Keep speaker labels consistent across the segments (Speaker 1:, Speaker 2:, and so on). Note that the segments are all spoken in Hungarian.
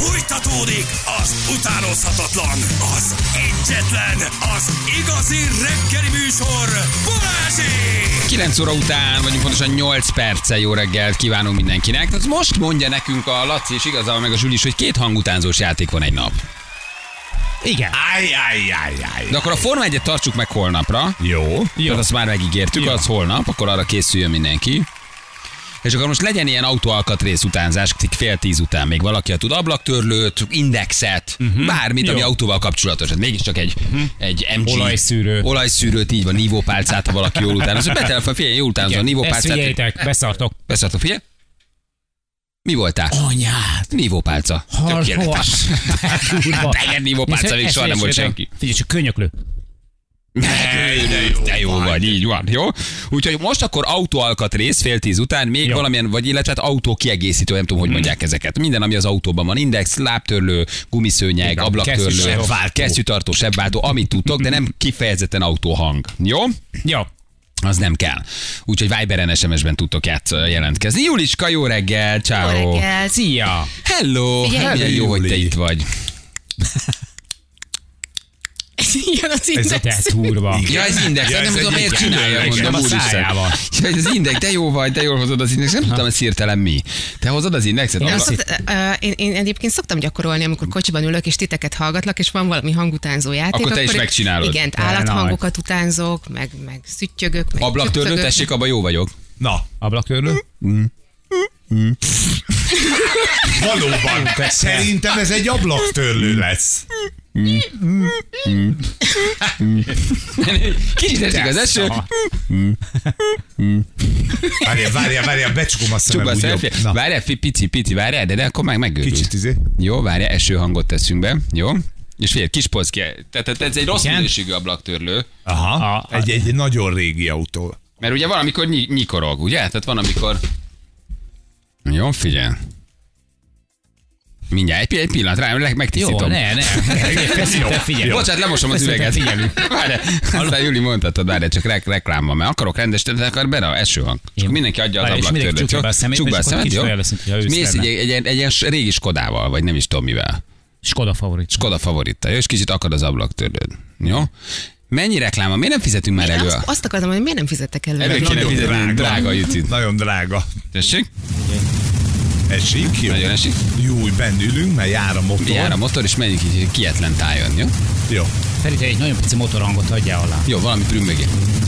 Speaker 1: Fújtatódik az utánozhatatlan, az egyetlen, az igazi reggeli műsor, Balázsék!
Speaker 2: 9 óra után vagyunk, pontosan 8 perccel jó reggelt kívánunk mindenkinek. Az most mondja nekünk a Laci és igazából meg a Zsuli is, hogy 2 hangutánzós játék van egy nap.
Speaker 3: Igen.
Speaker 4: Áj.
Speaker 2: De akkor a Forma 1-et tartsuk meg holnapra.
Speaker 4: Jó.
Speaker 2: Tehát azt már megígértük, az holnap, akkor arra készüljön mindenki. És akkor most legyen ilyen autóalkatrész utánzás, 9:30 után még valaki tud ablaktörlőt, indexet, bármit, ami autóval kapcsolatos. Hát mégiscsak egy MG. Olajszűrőt, így van, nívópálcát, ha valaki jól utánoz. Betelefon, figyelj, jól utánozol a nívópálcát.
Speaker 3: Ezt figyeljétek, beszartok.
Speaker 2: Beszartok, figyelj. Mi voltál?
Speaker 3: Anyád.
Speaker 2: Nívópálca. Tökéletes. Ilyen nívópálca még soha nem volt senki.
Speaker 3: Figyelj, csak könyöklő.
Speaker 2: De jó vagy, így van, jó? Úgyhogy most akkor autóalkatrész 9:30 után még jó. Valamilyen, vagy illetve autó kiegészítő, nem tudom, hogy mondják ezeket. Minden, ami az autóban van, index, lábtörlő, gumiszőnyeg, ablaktörlő, kesztyűtartó, sebváltó, amit tudtok, de nem kifejezetten autóhang. Jó?
Speaker 3: Jó.
Speaker 2: Az nem kell. Úgyhogy Viberen, SMS-ben tudtok jelentkezni. Juliska, jó reggel, ciao.
Speaker 5: Jó reggel.
Speaker 3: Szia.
Speaker 2: Hello. Milyen jó, hogy te itt vagy.
Speaker 5: Igen, az
Speaker 3: Ez a
Speaker 5: index.
Speaker 3: te turva.
Speaker 2: Ja, ez index, nem tudom, miért csinálja, mondom,
Speaker 3: a
Speaker 2: úristen.
Speaker 3: szájával.
Speaker 2: Ja, ez az index, de jó vagy, de jól hozod az index, nem tudtam, ez hirtelen mi. Te hozod az indexet?
Speaker 5: Én egyébként szoktam gyakorolni, amikor kocsiban ülök, és titeket hallgatlak, és van valami hangutánzó játék.
Speaker 2: Akkor te is megcsinálod.
Speaker 5: Igen, állathangokat utánzok, meg szüttyögök. Meg
Speaker 2: Ablaktörlő,
Speaker 5: tüttögök.
Speaker 2: tessék, abban jó vagyok.
Speaker 4: Na,
Speaker 3: Ablaktörlő?
Speaker 4: valóban. Szerintem ez egy ablaktörlő lesz.
Speaker 2: Kicsit esik az eső.
Speaker 4: Várjál, becsukom a szemem úgy jobb. Na,
Speaker 2: Várjál, pici, várjál, de akkor megőrülsz.
Speaker 4: kicsit izé.
Speaker 2: Jó, várjál, esőhangot teszünk be, jó? És figyelj, kis polszki, tehát ez egy rossz
Speaker 3: Igen?
Speaker 2: minőségű ablaktörlő.
Speaker 4: Aha, egy nagyon régi autó.
Speaker 2: Mert ugye van, amikor nyikorog, ugye? Tehát van, amikor... Jó, figyelj. Mindjárt, egy pillanat, rá, megtisztítom.
Speaker 3: Jó, ne. Figyelj.
Speaker 2: Bocsánat, lemosom az üveget. Várj, aztán Juli mondhatod, várj, csak reklám van, mert akarok rendes, de akar benne a esőhang. És akkor mindenki adja az ablaktörlőt.
Speaker 3: Csukd be a szemét,
Speaker 2: Csukd be a szemét, jó? Mész
Speaker 3: Mész
Speaker 2: egy ilyen régi Skodával, vagy nem is tudom mivel.
Speaker 3: Skoda favorit.
Speaker 2: Skoda favoritta, jó? És kicsit akad az ablaktörlőd. Jó? Mennyi reklám van? Miért nem fizetünk már elő?
Speaker 5: Azt akartam, hogy miért nem fizettek elő?
Speaker 2: Elő kéne fizetni, drága jutit.
Speaker 4: Nagyon drága.
Speaker 2: Tessék?
Speaker 4: Esik, jó.
Speaker 2: Nagyon esik.
Speaker 4: Jó, bent ülünk, mert jár a motor.
Speaker 2: Jár a motor, és menjünk így kietlen tájon, jó?
Speaker 4: Jó.
Speaker 3: Feri, te egy nagyon pici motorhangot hagyjál alá.
Speaker 2: Jó, valami prümmögé.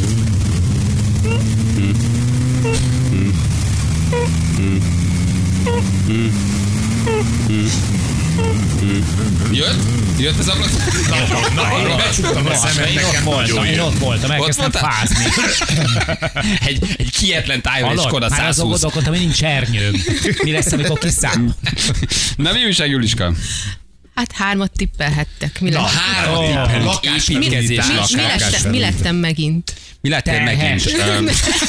Speaker 2: Jött az ablak?
Speaker 4: Na, becsuktam a szemet, nekem nagyon
Speaker 3: Én
Speaker 4: jó.
Speaker 3: ott voltam, elkezdtem
Speaker 2: voltál?
Speaker 3: fázni.
Speaker 2: egy kietlen tájon és Skoda
Speaker 3: Már
Speaker 2: 120.
Speaker 3: azon gondolkodtam, hogy nincs ernyőm. Mi lesz, amikor kiszáll?
Speaker 2: Na, mi újság, Juliska?
Speaker 5: Hát 3 tippelhettek. Mi lett?
Speaker 2: 3 tippel.
Speaker 4: lakás
Speaker 2: Építkezés,
Speaker 4: megújítás.
Speaker 5: Mi lettem megint?
Speaker 2: Mi lettél
Speaker 3: Terhes.
Speaker 2: megint?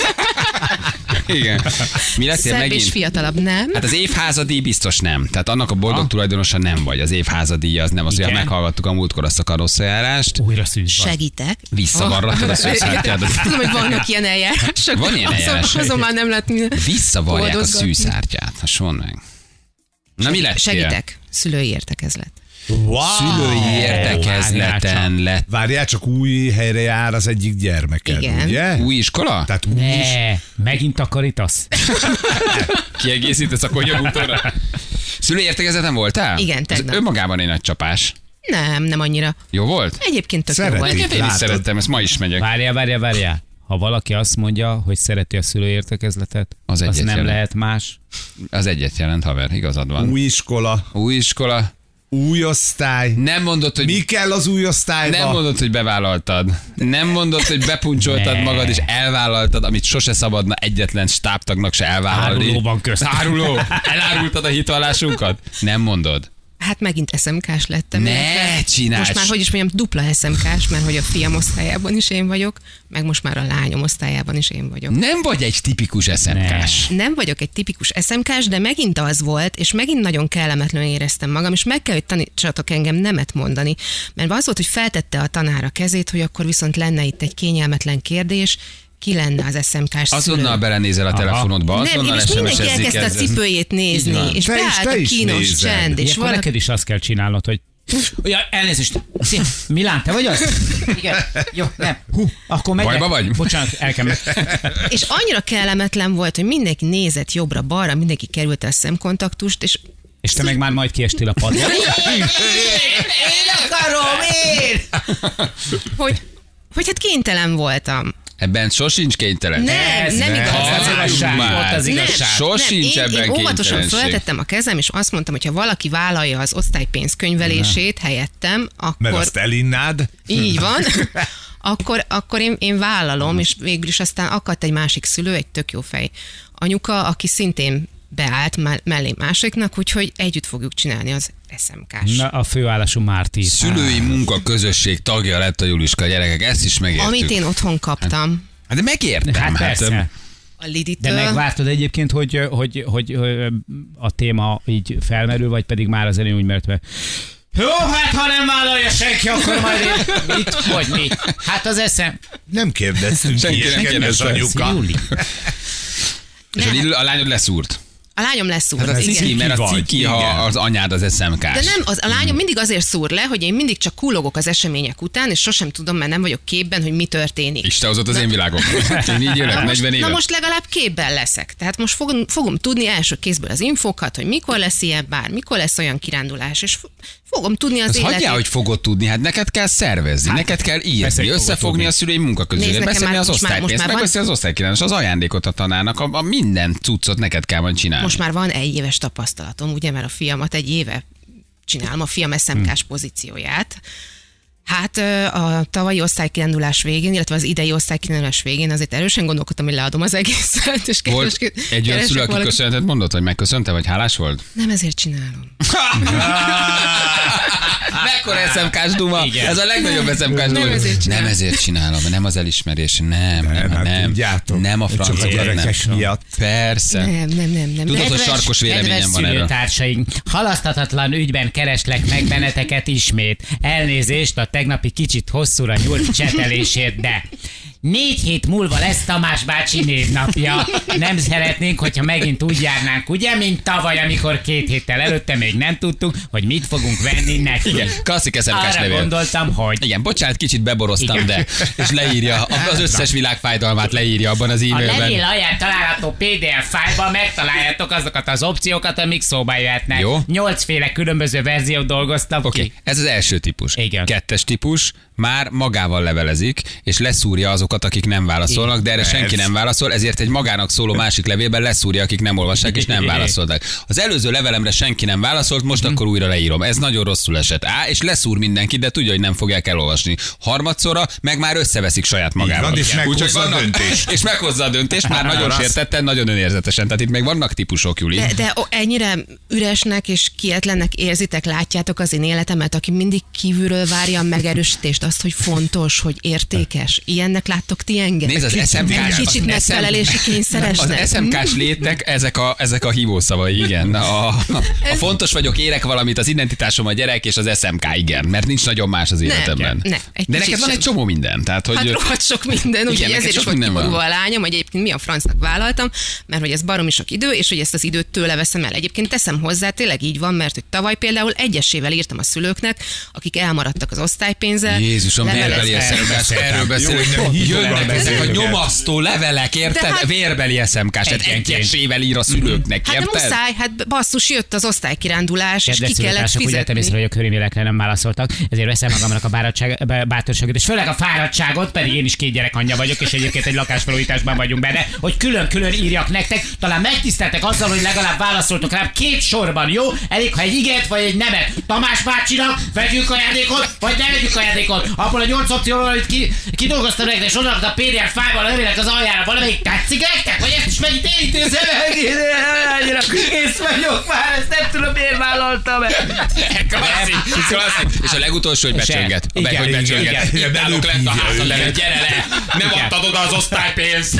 Speaker 2: Igen. Mi lettél
Speaker 5: Szebb és
Speaker 2: megint?
Speaker 5: fiatalabb, nem?
Speaker 2: Hát az évházadíj biztos nem. Tehát annak a boldog tulajdonosa nem vagy. Az évházadíj az nem. Az, hogy
Speaker 3: Igen.
Speaker 2: meghallgattuk a múltkor azt a karosszajárást.
Speaker 3: Újra szűz van.
Speaker 5: Segítek.
Speaker 2: Visszavarratod a szűzszártyádat.
Speaker 5: Tudom, hogy vannak ilyen eljárások.
Speaker 2: Van ilyen eljárás.
Speaker 5: Azon már nem lehet minden.
Speaker 2: Visszavarják a
Speaker 5: Boldoggatni.
Speaker 2: szűzszártyát. Ha sonn meg. Na mi lettél?
Speaker 5: Segítek. Szülői értekezlet.
Speaker 4: Wow.
Speaker 2: Szülői értekezleten lett.
Speaker 4: Várjál, csak új helyre jár az egyik gyermeked,
Speaker 5: Igen.
Speaker 4: ugye?
Speaker 2: Új iskola?
Speaker 4: Tehát új is.
Speaker 3: Ne, megint takarítasz?
Speaker 2: Kiegészítesz a konyabútorra? Szülői értekezleten voltál?
Speaker 5: Igen,
Speaker 2: Ez
Speaker 5: tegnap.
Speaker 2: önmagában egy nagy csapás.
Speaker 5: Nem annyira.
Speaker 2: Jó volt?
Speaker 5: Egyébként tök jó
Speaker 4: Szeretik.
Speaker 5: volt.
Speaker 2: Én is
Speaker 4: Látod?
Speaker 2: szerettem, ezt ma is megyek.
Speaker 3: Várjál. Ha valaki azt mondja, hogy szereti a szülőértekezletet,
Speaker 2: Az
Speaker 3: az
Speaker 2: egyet
Speaker 3: nem
Speaker 2: jelent.
Speaker 3: lehet más.
Speaker 2: Az egyet jelent, haver, igazad van.
Speaker 4: Új iskola,
Speaker 2: Új iskola.
Speaker 4: új osztály.
Speaker 2: Nem mondod, hogy...
Speaker 4: Mi kell az új osztályba?
Speaker 2: Nem mondod, hogy bevállaltad. Nem mondod, hogy bepuncsoltad
Speaker 3: Ne.
Speaker 2: magad, és elvállaltad, amit sose szabadna egyetlen stábtagnak se elvállalni.
Speaker 3: Áruló van közt.
Speaker 2: Áruló. Elárultad a hitvallásunkat? Nem mondod.
Speaker 5: Hát megint SMK-s lettem.
Speaker 2: Ne
Speaker 5: illetve
Speaker 2: csinálj!
Speaker 5: Most már, hogy is mondjam, dupla SMK-s, mert hogy a fiam osztályában is én vagyok, meg most már a lányom osztályában is én vagyok.
Speaker 2: Nem vagy egy tipikus SMK-s.
Speaker 5: Nem vagyok egy tipikus SMK-s, de megint az volt, és megint nagyon kellemetlenül éreztem magam, és meg kell, hogy tanítsatok engem nemet mondani, mert az volt, hogy feltette a tanár a kezét, hogy akkor viszont lenne itt egy kényelmetlen kérdés, ki lenne az SMK-s szülő.
Speaker 2: Azonnal belenézel a telefonodba,
Speaker 5: Nem,
Speaker 2: azonnal
Speaker 5: és mindenki elkezdte a cipőjét nézni, és beállt a kínos csend. És
Speaker 3: valaki... neked is azt kell csinálnod, hogy ja, elnézést. Milán, te vagy az? Igen. Jó, nem. Akkor megyek.
Speaker 2: Bajba vagy?
Speaker 3: Bocsánat, el kell meg.
Speaker 5: És annyira kellemetlen volt, hogy mindenki nézett jobbra-balra, mindenki került a szemkontaktust,
Speaker 3: és te meg már majd kiestél a padra.
Speaker 5: Én akarom, én! Hogy hát kénytelen voltam.
Speaker 2: Ebben sosincs kénytelen.
Speaker 5: Nem igaz.
Speaker 3: Az igazság.
Speaker 2: Sosincs ebben
Speaker 5: én óvatosan
Speaker 2: kénytelenség.
Speaker 5: Föltettem a kezem, és azt mondtam, hogy ha valaki vállalja az osztálypénz könyvelését helyettem, akkor...
Speaker 4: Mert azt elinnád.
Speaker 5: Így van. Akkor én vállalom, és végül is aztán akadt egy másik szülő, egy tök jó fej anyuka, aki szintén beállt mellé másiknak, úgyhogy együtt fogjuk csinálni az SMK-s.
Speaker 3: Na, a főállású Márti.
Speaker 2: Szülői munkaközösség tagja lett a Juliska, gyerekek, ezt is megértük.
Speaker 5: Amit én otthon kaptam.
Speaker 2: Hát de megértem.
Speaker 3: Hát persze.
Speaker 5: A Liditől.
Speaker 3: De megvártad egyébként, hogy a téma így felmerül, vagy pedig már az elején úgy mertve. Jó, hát ha nem vállalja senki, akkor majd én... Mit? Hogy mi? Hát az eszem.
Speaker 4: Nem kérdeztünk kedves anyuka.
Speaker 2: És a lányod leszúrt.
Speaker 5: A lányom leszúrt.
Speaker 2: Hát a ciki, mert a ciki, ha
Speaker 4: igen.
Speaker 2: az anyád az SMK-s.
Speaker 5: De nem, a lányom mindig azért szúr le, hogy én mindig csak kullogok az események után, és sosem tudom, mert nem vagyok képben, hogy mi történik.
Speaker 2: Isten hozott az én világom. Én így élek 40 éve.
Speaker 5: Na most legalább képben leszek. Tehát most fogom tudni első kézből az infókat, hogy mikor lesz ilyen, mikor lesz olyan kirándulás, és fogom tudni az életét.
Speaker 2: Hagyjál, hogy fogod tudni, hát neked kell szervezni, neked kell írni, összefogni a szülői munkaközösséget, beszélni az osztálypénzt, megbeszélni az osztálykirándulást, az ajándékot a tanárnak, a minden cuccot neked kell majd csinálni.
Speaker 5: Most már van egy éves tapasztalatom, ugye, mert a fiamat egy éve csinálom, a fiam SMK-s pozícióját. Hát a tavalyi osztálykirándulás végén, illetve az idei osztálykirándulás végén azért erősen gondolkodtam, hogy leadom az egészet. És
Speaker 2: volt egy olyan szülő, aki köszönetet mondott, vagy megköszönte, vagy hálás volt?
Speaker 5: Nem ezért csinálom.
Speaker 2: Mekkora SMK-s duma? Igen. Ez a legnagyobb SMK-s duma. Nem ezért csinálom, nem az elismerés, nem a francia,
Speaker 4: miatt.
Speaker 2: Persze.
Speaker 5: Nem.
Speaker 2: Tudod, hogy sarkos véleményem van erről.
Speaker 3: Társaink, halaszthatatlan ügyben kereslek meg benneteket ismét. Elnézést a tegnapi kicsit hosszúra nyúlt csetelésért, de 4 hét múlva lesz Tamás bácsi névnapja. Nem szeretnénk, hogyha megint úgy járnánk, ugye, mint tavaly, amikor 2 héttel előtte még nem tudtuk, hogy mit fogunk venni neki.
Speaker 2: Igen, klasszik SMK-s levél.
Speaker 3: Arra gondoltam, hogy...
Speaker 2: Igen, bocsánat, kicsit beboroztam, igen. De... És leírja, az összes világ fájdalmát leírja abban az e-mailben.
Speaker 3: A levél alján található PDF fájlban megtaláljátok azokat az opciókat, amik szóba jöhetnek. Jó. 8 féle különböző verziót dolgoztam ki.
Speaker 2: Ez az első típus.
Speaker 3: Igen.
Speaker 2: 2. típus már magával levelezik, és leszúrja azokat, akik nem válaszolnak, de erre senki nem válaszol, ezért egy magának szóló másik levélben leszúrja, akik nem olvassák és nem válaszoltak. Az előző levelemre senki nem válaszolt, most akkor újra leírom. Ez nagyon rosszul esett. És leszúr mindenki, de tudja, hogy nem fogják elolvasni. Harmadszorra meg már összeveszik saját magával.
Speaker 4: És meghozza a döntést.
Speaker 2: És meghozza a döntést, már nagyon sértetten, nagyon önérzetesen. Tehát itt még vannak típusok, Juli.
Speaker 5: De ennyire üresnek és kietlennek érzitek, látjátok az én életemet, aki mindig kívülről várja a megerősítést, azt, hogy fontos, hogy értékes. Ilyennek láttok ti engem?
Speaker 2: Nézd, az SMK-s...
Speaker 5: Kicsit megfelelési kényszeresnek.
Speaker 2: Az SMK-s létnek ezek a hívószavai, igen. A fontos vagyok, érek valamit, az identitásom a gyerek, és az SMK, igen. Mert nincs nagyon más az életemben. De neked van egy csomó minden. Tehát, hogy...
Speaker 5: Hát rohadt sok minden, úgyhogy ezért is volt kiborulva a lányom, hogy egyébként mi a francnak vállaltam, mert hogy ez baromi sok idő, és hogy ezt az időt tőle veszem el. Egyébként teszem hozzá, tényleg így van, mert hogy tavaly például egyesével írtam a szülőknek, akik elmaradtak az osztálypénzzel.
Speaker 2: Jézusom, vérbeli SMK-s, erről beszélünk. Jönnek ezek a nyomasztó levelek, érted? Vérbeli SMK-s, tehát egyesével ír a szülőknek, érted?
Speaker 5: Hát de muszáj, hát basszus, jött az osztálykirándulás, és ki kellett fizetni.
Speaker 3: Ugye, hogy a körülményekre nem válaszoltak, ezért veszem magamnak a bátorságot, és főleg a fáradtságot, pedig én is 2 gyerek anyja vagyok, és egyébként egy lakásfelújításban vagyunk benne, hogy külön-külön írjak nektek, talán megtiszteltek azzal, hogy legalább válaszoltok rám 2 sorban, jó? Elég, ha egy igent vagy egy nemet. Tamás bácsinak vegyünk ajándékot, vagy ne vegyünk ajándékot. Abból a 8 opcióval, amit kidolgoztam nektek, és odaadok a PDF fájlban a levélek az aljára, valamelyik tetszik nektek? Vagy ezt is megint érítés? Annyira kész vagyok már, ezt nem tudom, miért vállaltam.
Speaker 2: Klasszik. És a legutolsó, hogy becsönget. Hogy becsönget. Nálunk lett a házad előtt, gyere le. Nem adtad oda az osztálypénzt.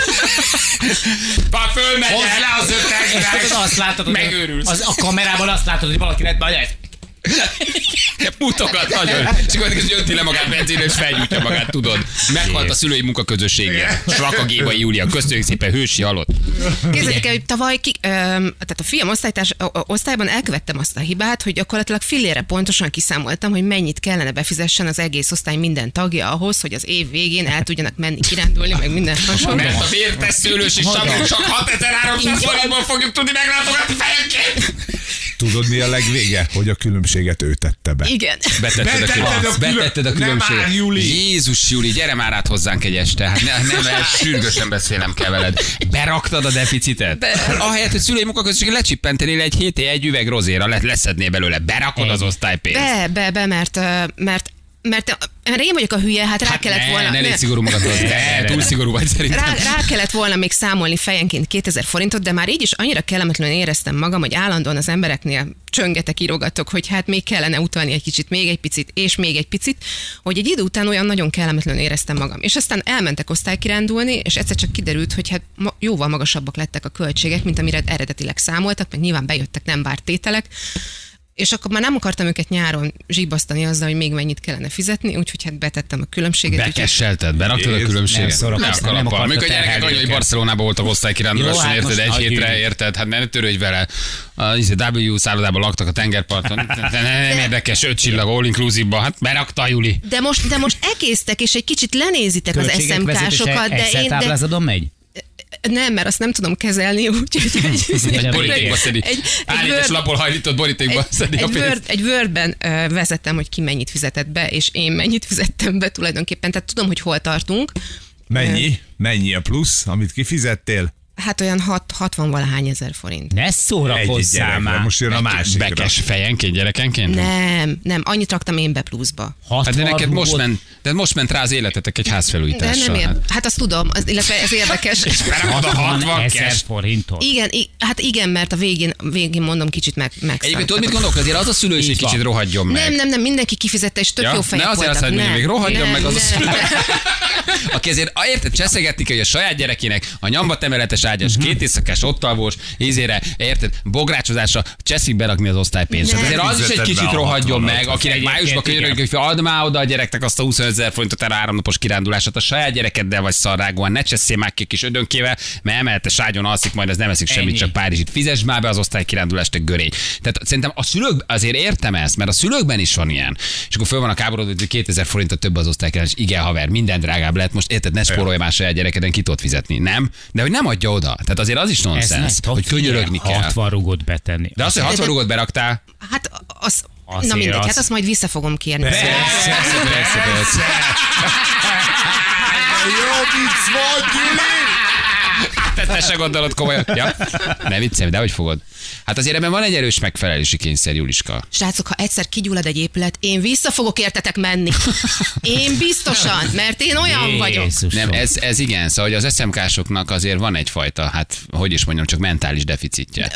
Speaker 2: Már fölmegy el le az 5
Speaker 3: azt látod,
Speaker 2: megőrülsz.
Speaker 3: A kamerában azt látod, hogy valaki lett be,
Speaker 2: Mutogat nagyon. És akkor jönti le magát benzinre, és felgyújtja magát, tudod. Meghalt a szülői munkaközössége. Svaka Géva Júlia, köszönjük szépen, hősi halott.
Speaker 5: Képzeljék el, hogy tavaly, tehát a fiam osztályban elkövettem azt a hibát, hogy gyakorlatilag fillére pontosan kiszámoltam, hogy mennyit kellene befizessen az egész osztály minden tagja ahhoz, hogy az év végén el tudjanak menni kirándulni, meg minden hasonló.
Speaker 2: Mert a vértes szőlős és sabron csak 6300 forintból fogjuk tudni meglátogatni fejenként.
Speaker 4: Tudod, mi a legvége? Hogy a különbséget ő tette be.
Speaker 5: Igen.
Speaker 2: Betetted a különbséget. Jézus, Júli, gyere már át hozzánk egy este. Hát nem, sürgősen beszélnem kell veled. Beraktad a deficitet? Ahelyett, hogy szülői munkaközösségen lecsippentenél egy hété egy üveg rozéra, leszednél belőle. Berakod az osztálypénzt. Mert én vagyok a hülye, hát rá kellett volna... Ne légy szigorú magadhoz, túl szigorú vagy szerintem.
Speaker 5: Rá kellett volna még számolni fejenként 2000 forintot, de már így is annyira kellemetlenül éreztem magam, hogy állandóan az embereknél csöngetek, írogatok, hogy hát még kellene utalni egy kicsit, még egy picit, és még egy picit, hogy egy idő után olyan nagyon kellemetlenül éreztem magam. És aztán elmentek osztálykirándulni, és egyszer csak kiderült, hogy hát jóval magasabbak lettek a költségek, mint amire eredetileg számoltak, meg nyilván bejöttek nem várt tételek. És akkor már nem akartam őket nyáron zsíbasztani azzal, hogy még mennyit kellene fizetni, úgyhogy hát betettem a különbséget.
Speaker 2: Bekesselted, beraktad a különbséget. Nem akarok. Mikor gyerekek annyi, hogy Barcelonában voltak osztálykiránduláson, érted, egy hétre, érted, hát ne törődj vele. Az W szállodában laktak a tengerparton. Nem érdekes, 5 csillag, all inclusive-ba, hát berakta, Juli.
Speaker 5: De most ekésztek, és egy kicsit lenézitek az SMK-sokat, de én...
Speaker 3: táblázadon megy?
Speaker 5: Nem, mert azt nem tudom kezelni, úgyhogy...
Speaker 2: Egy borítékba szedi. Állítás lapol hajlított borítékba szedi a pénzt.
Speaker 5: Egy Wordben vezettem, hogy ki mennyit fizetett be, és én mennyit fizettem be tulajdonképpen. Tehát tudom, hogy hol tartunk.
Speaker 4: Mennyi a plusz, amit kifizettél?
Speaker 5: Hát olyan 60-valahány ezer forint.
Speaker 3: Ne szórakozzál már.
Speaker 4: Most jön a másik.
Speaker 2: Bekes fejenként, gyerekenként?
Speaker 5: Nem, annyit raktam én be pluszba.
Speaker 2: Hát de neked most ment rá az életetek egy házfelújítással.
Speaker 5: De nem hát azt tudom, illetve ez érdekes.
Speaker 2: 60
Speaker 3: ezer forintot.
Speaker 5: Igen, mert a végén mondom kicsit megszálltak.
Speaker 2: Egyébként tudod, mit gondolok? Azért az a szülő is egy kicsit rohadjon meg.
Speaker 5: Nem, mindenki kifizette, és tök jó fejek voltak.
Speaker 2: Ne azért azt mondja, még rohadjon meg az a szülő. Aki azért, érted, cseszegetni kell, hogy a saját gyerekének a nyamba temeletes ágyas, 2 éjszakás ottalvós, ízére, érted, bográcsozásra cseszik berakni az osztálypénzt. Azért az is egy kicsit rohadjon meg, akinek májusban könyörögünk, hogy add már oda a gyereknek azt a 25 000 forintot erre 3 napos kirándulását, a saját gyerekeddel vagy szarrágóan, ne csesszél már ki kis ödönkével, mert emeletes ágyon alszik, majd az nem eszik semmit, csak Párizsit. Fizess már be az osztálykirándulást, egy görény. Tehát szerintem a szülők, azért értem ezt, mert a szülőkben is van ilyen. És akkor föl van a káborod, hogy 2000 forintot több az osztálykirándulás. Igen, haver, minden drágább lett. Most érted, ne spórolj más saját gyerekeden, ki tudod fizetni. Nem? De hogy nem adja oda. Tehát azért az is nonsens, hogy könyörögni kell.
Speaker 3: 60 rugót betenni.
Speaker 2: De azt, hogy 60 rugót beraktál.
Speaker 5: Hát na mindegy, hát azt majd vissza fogom kérni.
Speaker 2: Persze.
Speaker 4: Jó vicc volt, Gyuri!
Speaker 2: Hát te se gondolod komolyan. Ja? Ne viccelj, de hogy fogod? Hát azért ebben van egy erős megfelelési kényszer, Juliska.
Speaker 5: Srácok, ha egyszer kigyullad egy épület, én vissza fogok értetek menni. Én biztosan, mert én olyan vagyok.
Speaker 2: Nem, ez igen, szóval hogy az SMK-soknak azért van egyfajta, hát hogy is mondjam, csak mentális deficitje.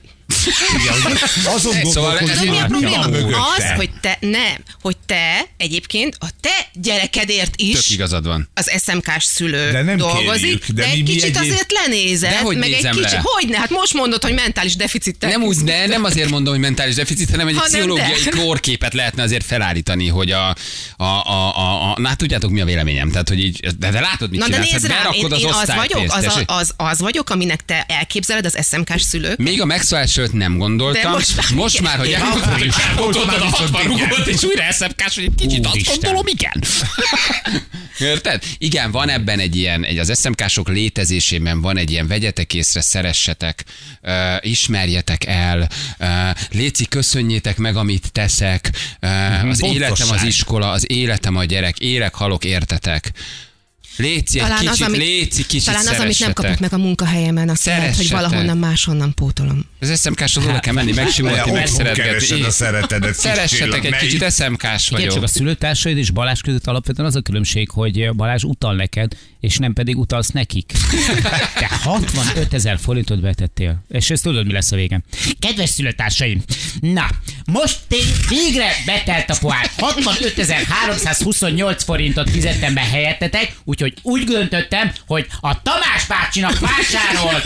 Speaker 4: Azon
Speaker 2: szóval
Speaker 5: tudod, mi a probléma? Az, hogy te egyébként a te gyerekedért is
Speaker 2: tök igazad van.
Speaker 5: az SMK-s szülő dolgozik, kérjük, de egy kicsit azért lenézed, meg egy kicsit, hogyne, hát most mondod, hogy mentális deficit.
Speaker 2: Nem azért mondom, hogy mentális deficit, hanem egy pszichológiai kórképet lehetne azért felállítani, hogy na tudjátok, mi a véleményem, tehát hogy így, de látod, mit csinálsz, hát berakod az osztálypénzt.
Speaker 5: Az vagyok, aminek te elképzeled az SMK-s szülők.
Speaker 2: Még a megszólás nem gondoltam. Most már, hogy elmondtad a 60 rugót, és újra SMK-s, hogy egy kicsit azt gondolom, igen. Érted? Igen, van ebben egy ilyen, az SMK-sok létezésében van egy ilyen vegyetek észre, szeressetek, ismerjetek el, léci, köszönjétek meg, amit teszek, az életem az iskola, az életem a gyerek, élek, halok, értetek. Léci, kicsit
Speaker 5: talán az, amit nem kapok meg a munkahelyemen, azt lehet, hogy valahonnan máshonnan pótolom.
Speaker 2: Az SMK-sod oda kell menni, megsimolni, megszeretgetni. Szeressetek egy kicsit, SMK-s vagyok.
Speaker 3: Igen, csak a szülőtársaid és Balázs között alapvetően az a különbség, hogy Balázs utal neked, és nem pedig utalsz nekik. Te 65 000 forintot betettél, és ezt tudod, mi lesz a végén. Kedves szülőtársaim, na, most végre betelt a pohár. 65 328 forintot fizettem be helyettetek, úgyhogy úgy döntöttem, hogy a Tamás bácsinak vásárolt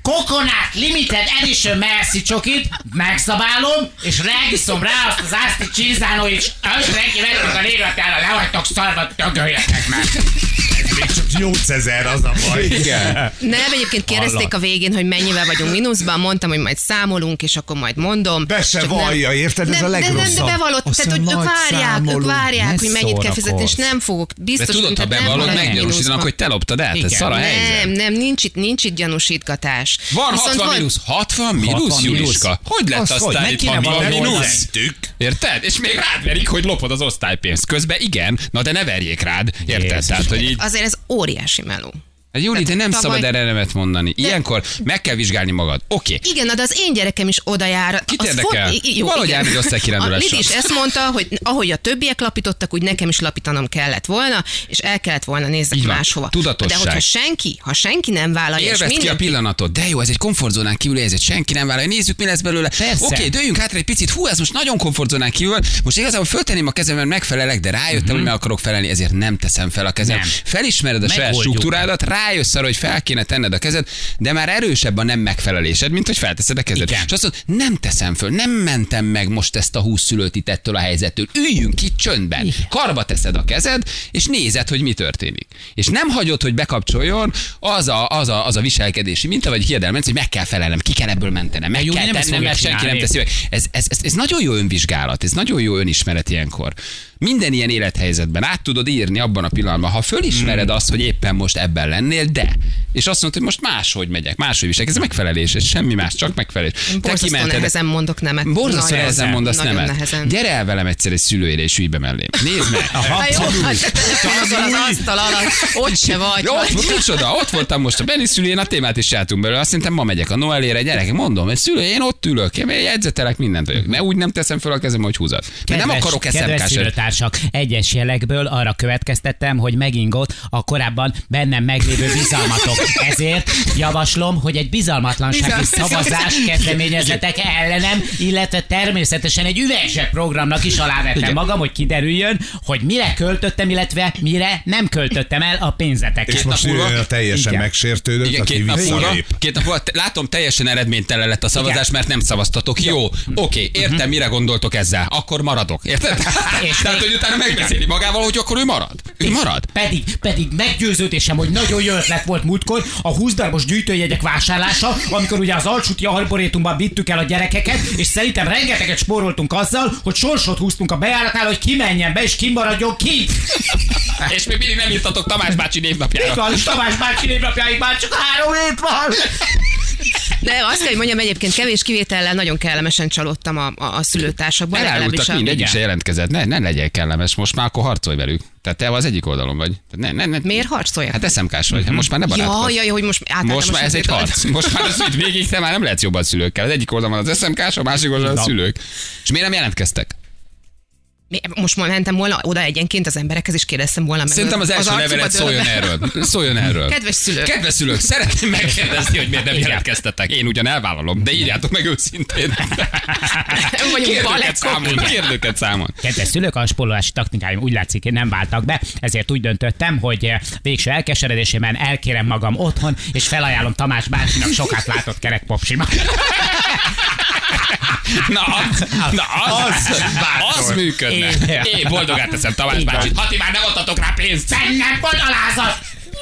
Speaker 3: Coconut Limited Edition Merci csokit, megszabálom, és rágiszom rá azt az Asti Csinzánó, és senki vettük a léglatára, le vagytok szarva, tököljetek meg.
Speaker 4: Még csak 8000 az a baj.
Speaker 2: Igen.
Speaker 5: Nem, egyébként kérdezték a végén, hogy mennyivel vagyunk mínuszban, mondtam, hogy majd számolunk, és akkor majd mondom.
Speaker 4: Be se
Speaker 5: Csak
Speaker 4: vallja, érted? Ez a legrosszabb.
Speaker 5: De bevallott,
Speaker 4: Azt
Speaker 5: tehát hogy
Speaker 4: nagy
Speaker 5: ők várják, hogy
Speaker 3: Ne
Speaker 5: mennyit kell fizetni, és
Speaker 3: szórakozz.
Speaker 5: nem fogok.
Speaker 2: De
Speaker 5: Biztos,
Speaker 2: tudod, ha
Speaker 5: tehát nem
Speaker 2: bevallod,
Speaker 5: maradj
Speaker 2: meggyanúsítanak,
Speaker 5: mínuszban.
Speaker 2: hogy te loptad át. Ez
Speaker 3: Igen.
Speaker 2: szar a helyzet.
Speaker 5: Nem, nincs itt gyanúsítgatás.
Speaker 2: Van
Speaker 5: Viszont
Speaker 2: 60 mínusz. 60 mínusz,
Speaker 3: 60
Speaker 2: Juliska? Hogy lett
Speaker 3: Az hogy?
Speaker 2: aztán
Speaker 3: Meg
Speaker 2: itt
Speaker 3: kéne
Speaker 2: 60
Speaker 3: valahogy
Speaker 2: mínusz?
Speaker 4: Vettük.
Speaker 2: Érted? És még rád verik, hogy lopod az osztálypénzt. Közben igen, na de ne verjék rád. Érted?
Speaker 3: Jézus.
Speaker 2: Tehát, hogy így...
Speaker 5: Azért ez óriási meló.
Speaker 2: Júli, de nem
Speaker 5: tavaly-
Speaker 2: szabad erre nemet mondani. Ilyenkor meg kell vizsgálni magad. Oké.
Speaker 5: Igen, de az én gyerekem is oda jár.
Speaker 2: Kit
Speaker 5: Az
Speaker 2: érdekel? Valahogy
Speaker 5: igen.
Speaker 2: elmegy osztálykirándulással.
Speaker 5: A Lidi is ezt mondta, hogy ahogy a többiek lapítottak, úgy nekem is lapítanom kellett volna, és el kellett volna nézzek
Speaker 2: Így van.
Speaker 5: máshova.
Speaker 2: Tudatosság.
Speaker 5: De ha senki nem vállalja, és
Speaker 2: Élvezd ki a
Speaker 5: mindenki...
Speaker 2: pillanatot. De jó, ez egy komfortzónán kívüli helyzet, senki nem vállalja. Nézzük, mi lesz belőle.
Speaker 3: Persze.
Speaker 2: Oké, dőljünk hátra egy picit. Hú, ez most nagyon komfortzónán kívül. Most igazából föltenném a kezem, mert megfelelek, de rájöttem, hogy meg akarok felelni, ezért nem teszem fel a kezem.
Speaker 3: Nem.
Speaker 2: Felismered a saját
Speaker 3: Megoldjuk.
Speaker 2: struktúrádat, rájössz arra, hogy fel kéne tenned a kezed, de már erősebb a nem megfelelésed, mint hogy felteszed a kezed.
Speaker 3: Igen.
Speaker 2: És azt mondod, nem teszem föl, nem mentem meg most ezt a 20 szülőt itt ettől a helyzettől. Üljünk itt csöndben. Karba teszed a kezed, és nézed, hogy mi történik. És nem hagyod, hogy bekapcsoljon az a viselkedési minta, vagy hiedelmenc, hogy meg kell felelnem, ki kell ebből mentenem, meg
Speaker 3: Júli
Speaker 2: kell
Speaker 3: nem ezt
Speaker 2: tennem, mert
Speaker 3: fogja
Speaker 2: senki nem
Speaker 3: csinálni.
Speaker 2: teszi meg. Ez nagyon jó önvizsgálat, ez nagyon jó önismeret ilyenkor. Minden ilyen élethelyzetben át tudod írni abban a pillanatban, ha fölismered azt, hogy éppen most ebben lennél, de. És azt mondod, hogy most máshogy megyek, máshogy viselek. Ez megfelelés, ez semmi más, csak megfelelés.
Speaker 5: Én borzasztó nehezen mondok nemet.
Speaker 2: Borzasztó
Speaker 5: Nagyon
Speaker 2: nehezen mondasz
Speaker 5: nagyon
Speaker 2: nemet.
Speaker 5: nehezen.
Speaker 2: Gyere el velem egyszer egy szülőére, és ülj be mellém. Nézd meg.
Speaker 5: Hát jó, hát te telefonozol az asztal alatt, ott se vagy.
Speaker 2: Jó, micsoda, ott voltam most a Benni szülőjén, a témát is jártunk belőle. Azt hiszem, ma megyek a Noelére, gyerekek, mondom, hogy szülő, én ott ülök, én jegyzetelek mindent vagyok. Mert úgy nem teszem fel a kezem, hogy húzat. Mert nem akarok
Speaker 3: Kedves
Speaker 2: eszemkás.
Speaker 3: szülőtársak, egyes jelekből arra következtettem, hogy megingott a korábban bennem meglévő bizalmatok. Ezért javaslom, hogy egy bizalmatlansági szavazást kezdeményezzetek ellenem, illetve természetesen egy üvegzseb programnak is alávettem magam, hogy kiderüljön, hogy mire költöttem, illetve mire nem költöttem el a pénzeteket.
Speaker 4: És most ő teljesen
Speaker 3: Igen.
Speaker 4: megsértődött,
Speaker 2: Igen,
Speaker 4: aki
Speaker 2: két nap
Speaker 4: visszalép.
Speaker 2: múlva, látom, teljesen eredménytelen lett a szavazás,
Speaker 3: Igen.
Speaker 2: mert nem szavaztatok. Jó, oké, értem, mire gondoltok ezzel. Akkor maradok, érted?
Speaker 3: És
Speaker 2: Tehát, hogy utána megbeszéli magával, hogy akkor ő marad. Ő marad.
Speaker 3: Pedig meggyőződésem, hogy nagyon jó ötlet volt múltkor a 20 darabos gyűjtőjegyek vásárlása, amikor ugye az Alcsúti Arborétumban vittük el a gyerekeket, és szerintem rengeteget spóroltunk azzal, hogy sorsot húztunk a bejáratnál, hogy ki menjen be, és ki maradjon ki.
Speaker 2: És még mindig nem írtatok Tamás bácsi névnapjára.
Speaker 3: Itt van, és Tamás bácsi névnapjáig már csak 3 hét van.
Speaker 5: De azt kell, hogy mondjam, egyébként kevés kivétellel nagyon kellemesen csalódtam a szülőtársakban.
Speaker 2: Elárultak, mindegyik
Speaker 3: igen.
Speaker 2: se jelentkezett. Ne legyél kellemes, most már akkor harcolj velük. Tehát te az egyik oldalon vagy. Tehát ne.
Speaker 5: Miért harcoljak?
Speaker 2: Hát SMK-s vagy, hát most már ne barátkozz.
Speaker 5: Jaj, hogy most
Speaker 2: Most már ez egy
Speaker 5: általános
Speaker 2: harc. Most már ez így végig, te már nem lehetsz jobban szülőkkel. Az egyik oldalon van az SMK-s, a másik oldalon a szülők. És miért nem jelentkeztek?
Speaker 5: Most mentem volna oda egyenként az emberekhez, és kérdeztem volna meg.
Speaker 2: Szerintem az első
Speaker 5: arcukba
Speaker 2: levelet
Speaker 5: dőlve.
Speaker 2: szóljon erről.
Speaker 5: Kedves szülők.
Speaker 2: Kedves szülők, szeretném megkérdezni, hogy miért nem jelentkeztetek. Én ugyan elvállalom, de írjátok meg őszintén.
Speaker 5: Nem vagyunk balekok.
Speaker 2: Kérdőket számon.
Speaker 3: Kedves szülők, a spórolási taktikáim úgy látszik, hogy nem váltak be, ezért úgy döntöttem, hogy végső elkeseredésében elkérem magam otthon, és felajánlom Tamás bácsinak sokat látott kerek popsimat.
Speaker 2: Az működne. Én boldogát teszem Tamás
Speaker 3: Így van.
Speaker 2: bácsit. Hati, már nem adtatok rá pénzt.
Speaker 3: Bennem volt alázat!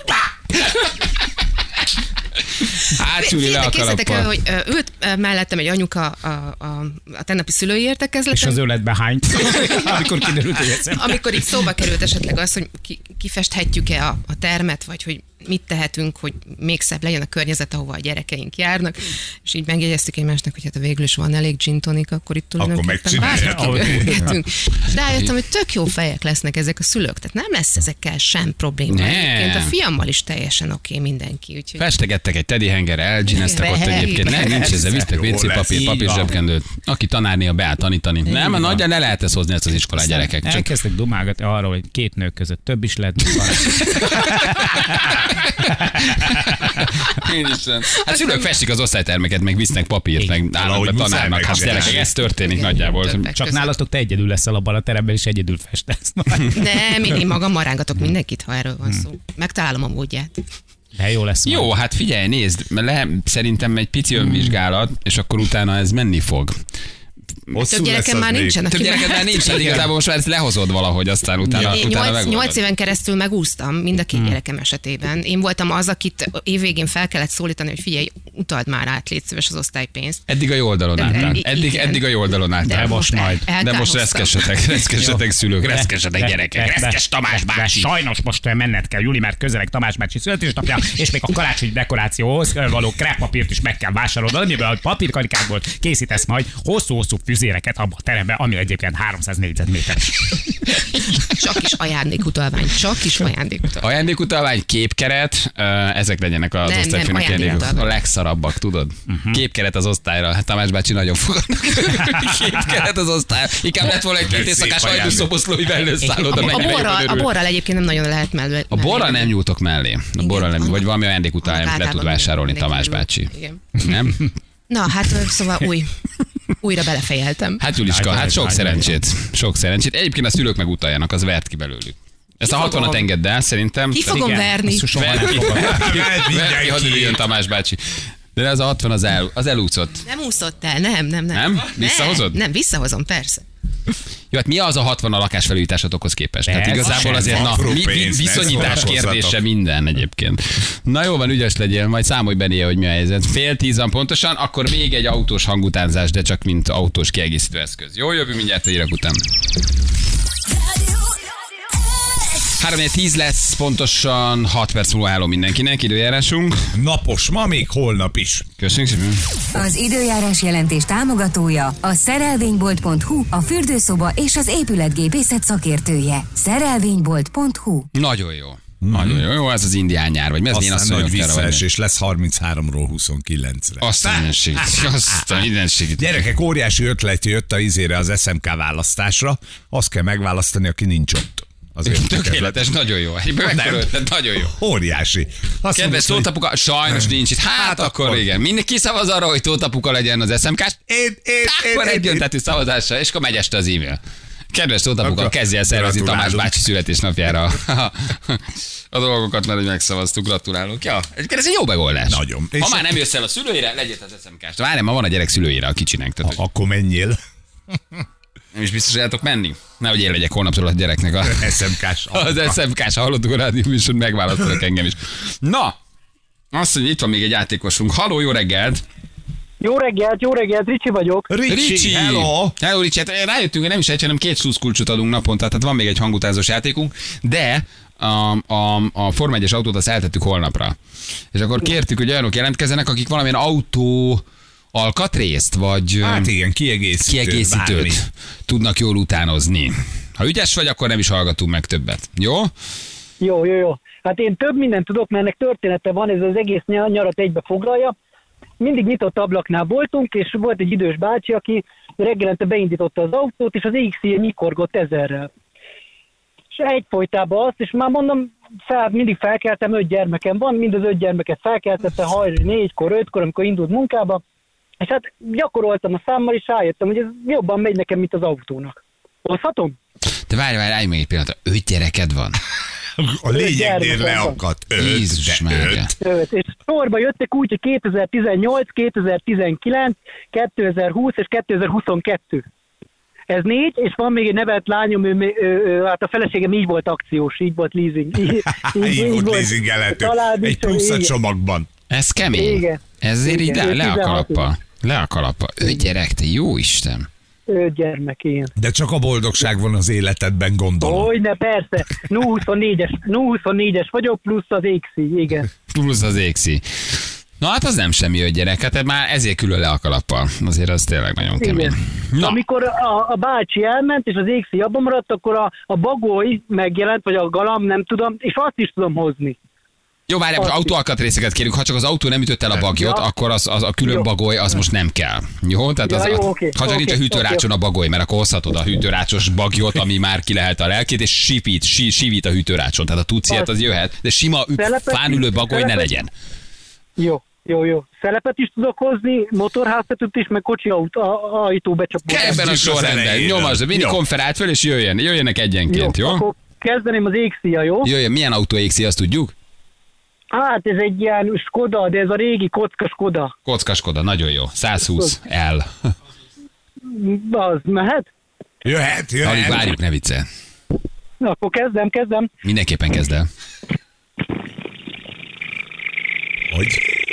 Speaker 2: Hát, Csúli, le a
Speaker 5: Képzeljétek el,
Speaker 2: kalappal.
Speaker 5: hogy ült mellettem egy anyuka a tegnapi szülői
Speaker 3: És
Speaker 5: értekezleten,
Speaker 3: az öletbe hányt, amikor kiderült, hogy egyszer.
Speaker 5: amikor itt szóba került esetleg az, hogy kifesthetjük-e a termet, vagy hogy mit tehetünk, hogy még szebb legyen a környezet, ahova a gyerekeink járnak, és így megjegyeztük egymásnak, hogy hát végül is van elég gin tonic, akkor itt tulajdonképpen
Speaker 4: megcsinálják.
Speaker 5: bármit. És rájöttem, hogy tök jó fejek lesznek ezek a szülők, tehát nem lesz ezekkel sem probléma.
Speaker 2: Nem.
Speaker 5: Egyébként a fiammal is teljesen oké mindenki, úgyhogy
Speaker 2: Festegettek egy teddy hengerre, elgineztek ott
Speaker 5: Igen.
Speaker 2: egyébként. Nem, nincs ezzel, visztek
Speaker 4: Jó
Speaker 2: WC papír,
Speaker 4: lesz.
Speaker 2: papír
Speaker 3: Így van.
Speaker 2: zsebkendőt. Aki tanárnéha beáll tanítani. Nem, nagyja ne lehet ezt hozni ezt az iskolát, gyerekek. Csak
Speaker 3: Elkezdtek dumálgatni arról, hogy két nő között több is lehet, mint van.
Speaker 2: Én is sem. Hát szülők festik az osztálytermeket, meg visznek papírt, meg állnak
Speaker 4: Valahogy
Speaker 2: be
Speaker 4: muszáj
Speaker 2: tanárnak. Hát
Speaker 4: megcsinálni.
Speaker 2: gyerekek, ez történik nagyjából.
Speaker 5: többek
Speaker 3: Csak
Speaker 5: között.
Speaker 3: nálatok te egyedül leszel abban a teremben, és egyedül festesz.
Speaker 5: Nem, én magam marángatok mindenkit, ha erről van szó. Megtalálom a módját.
Speaker 3: De jó lesz.
Speaker 2: Jó, hát figyelj, nézd, szerintem egy pici önvizsgálat, és akkor utána ez menni fog.
Speaker 5: Több gyerekem már nincsenek.
Speaker 2: Több gyereked már nincsen, igazából most már ezt lehozod valahogy, aztán utána
Speaker 5: Én
Speaker 2: megoldod.
Speaker 5: 8 éven keresztül megúsztam mind a két gyerekem esetében. Én voltam az, akit évvégén fel kellett szólítani, hogy figyelj, utald már át, légy szíves az osztálypénzt.
Speaker 2: Eddig a jó oldalon álltál. Eddig a jó oldalon álltál.
Speaker 3: De most majd.
Speaker 2: De most reszkesetek szülők, reszkesetek gyerekek, reszkes Tamás bácsi.
Speaker 3: Sajnos most menned kell, Juli, mert közeleg Tamás bácsi születésnapja, és még a karácsonyi dekorációhoz való kreppapírt is meg kell vásárolnod, amiből a papírkarikákból készítesz majd hosszú-hosszú füzéreket abban a teremben, ami egyébként 300 négyzetméteres.
Speaker 5: Csak is ajándékutalvány, Ajándékutalvány,
Speaker 2: képkeret, ezek legyenek az osztályfőnök ajándékok. A legszarabbak, tudod? Képkeret az osztályra. Hát Tamás bácsi nagyon fogadnak. Képkeret az osztályra. Inkább lett volna egy 2 éjszakás hajdúszoboszlói wellnőszálloda.
Speaker 5: A borral egyébként nem nagyon lehet mellé.
Speaker 2: A borral nem nyújtok mellé. A borral nem, vagy valami ajándékutalvány, amit le tud vásárolni Tamás bácsi. Nem?
Speaker 5: Na, hát szóval újra belefejeltem.
Speaker 2: Hát Juliska, hát sok szerencsét. Sok szerencsét. Egyébként a szülők meg utaljanak, az vert ki belőlük. Ezt a 60-at engedd el, szerintem.
Speaker 5: Ki fogom verni?
Speaker 2: Verni, hadd üljön Tamás bácsi. De ez a 60 az elúszott.
Speaker 5: Nem úszott el, nem.
Speaker 2: Nem? Visszahozod?
Speaker 5: Nem, visszahozom, persze.
Speaker 2: Jó, hát mi az a 60 a lakásfelújításatokhoz képest? Tehát igazából azért viszonyítás kérdése minden egyébként. Na jó van, ügyes legyél, majd számolj benne, hogy mi a helyzet. 9:30 van pontosan, akkor még egy autós hangutánzás, de csak mint autós kiegészítő eszköz. Jó, jövő mindjárt a hírek után. 3:10 lesz, pontosan 6 perc múlva álló mindenkinek, időjárásunk.
Speaker 4: Napos ma, még holnap is.
Speaker 2: Köszönjük szépen.
Speaker 6: Az időjárás jelentés támogatója a szerelvénybolt.hu, a fürdőszoba és az épületgépészet szakértője. Szerelvénybolt.hu.
Speaker 2: Nagyon jó. Nagyon jó. Jó, ez az indián nyár, vagy mi az?
Speaker 4: Aztán nagy visszaesés lesz 33-ról 29-re.
Speaker 2: Azt a mindenségét.
Speaker 4: Gyerekek, óriási ötlet jött a izére az SMK választásra. Azt kell megválasztani, aki nincs ott.
Speaker 2: Tökéletes, nagyon jó. Nagyon jó.
Speaker 4: Óriási.
Speaker 2: Kedves Tóth apuka, sajnos nincs itt. Hát akkor igen. Mindenki szavaz arra, hogy Tóth apuka legyen az SMK-s. Akkor egyöntetű szavazásra, és akkor megy este az e-mail. Kedves Tóth apuka, kezdj el szervezni Tamás bácsi születésnapjára a dolgokat, mert hogy megszavaztuk, gratulálunk. Ja, ez egy jó megoldás.
Speaker 4: Nagyon.
Speaker 2: Ha már nem jössz el a szülőire, legyél az SMK-s. Várj, ma van a gyerek szülőire a kicsinek. Tehát,
Speaker 4: akkor menjél.
Speaker 2: Nem is biztos, hogy el tudok menni. Nehogy én legyek holnaptól a gyereknek a
Speaker 4: SMK-s.
Speaker 2: Az SMK-s, hallottuk a rádió műsor, megválasztanak engem is. Na, azt mondja, itt van még egy játékosunk. Halló, jó reggelt!
Speaker 7: Jó reggelt, Ricsi vagyok.
Speaker 2: Ricsi, hello! Hello, Ricsi, hát rájöttünk, hogy nem is egy, hanem 2 sluszkulcsot adunk naponta, tehát van még egy hangutázós játékunk, de a Forma 1-es autót azt eltettük holnapra. És akkor kértük, hogy olyanok jelentkezzenek, akik valamilyen autó alkatrészt, vagy
Speaker 4: hát igen, kiegészítőt
Speaker 2: tudnak jól utánozni. Ha ügyes vagy, akkor nem is hallgatunk meg többet. Jó?
Speaker 7: Jó. Hát én több mindent tudok, mert ennek története van, ez az egész nyarat egybe foglalja. Mindig nyitott ablaknál voltunk, és volt egy idős bácsi, aki reggelente beindította az autót, és az EX-je nyikorgott 1000-rel. És egyfolytában azt, és már mondom, mindig felkeltem, 5 gyermekem van, mind az 5 gyermeket felkeltette, hajra 4-kor, 5-kor, amikor indult munkába, és hát gyakoroltam a számmal, és rájöttem, hogy ez jobban megy nekem, mint az autónak. Hozhatom?
Speaker 2: De várj egy pillanat, 5 gyereked van?
Speaker 4: A lényegnél leakadt.
Speaker 7: 5. És sorba jöttek úgy, hogy 2018, 2019, 2020 és 2022. Ez 4, és van még egy nevelt lányom, hát a feleségem így volt akciós, így volt leasing.
Speaker 4: Így volt leasingelhető. Egy plusz a csomagban.
Speaker 2: Ez kemény. Igen. Ezért így le a kalappal. Le a kalappal. 5 gyerek, te jó Isten.
Speaker 7: 5 gyermek, igen.
Speaker 4: De csak a boldogság van az életedben, gondolom.
Speaker 7: Hogyne, persze. 24-es vagyok, plusz az égszi, igen.
Speaker 2: Plusz az égszi. Na hát az nem semmi 5 gyerek, hát már ezért külön le a kalappal. Azért az tényleg nagyon kemény.
Speaker 7: Na. Amikor a bácsi elment, és az égszi abban maradt, akkor a bagoly megjelent, vagy a galamb, nem tudom, és azt is tudom hozni.
Speaker 2: Jó, várjál, most autóalkatrészeket kérünk, ha csak az autó nem ütött el a bagyot, akkor az a külön bagoly, az most nem kell. Jó? Tehát ha csak nincs a hűtőrácson a bagoly, mert akkor hozhatod a hűtőrácsos bagyot, ami már ki lehet a lelkét, és sívít a hűtőrácson. Tehát a tuciát az jöhet, de sima fánülő bagoly ne legyen.
Speaker 7: Jó. Szelepet is tudok hozni, motorháztetőt is, meg kocsi ajtó becsapódás.
Speaker 2: Ebben a sorrendben. Nyomazd, mindig konferált föl, és jöjjenek egyenként, jó?
Speaker 7: Akkor kezdeném az égszi-a, jó?
Speaker 2: Jöjjön, milyen autó égszi, azt tudjuk?
Speaker 7: Hát ez egy ilyen Skoda, de ez a régi kocka Skoda.
Speaker 2: Kockaskoda, nagyon jó. 120 L.
Speaker 7: Az mehet?
Speaker 4: Jöhet.
Speaker 2: Alig várjuk, ne viccel.
Speaker 7: Na, akkor kezdem.
Speaker 2: Mindenképpen kezd el.
Speaker 4: Hogy?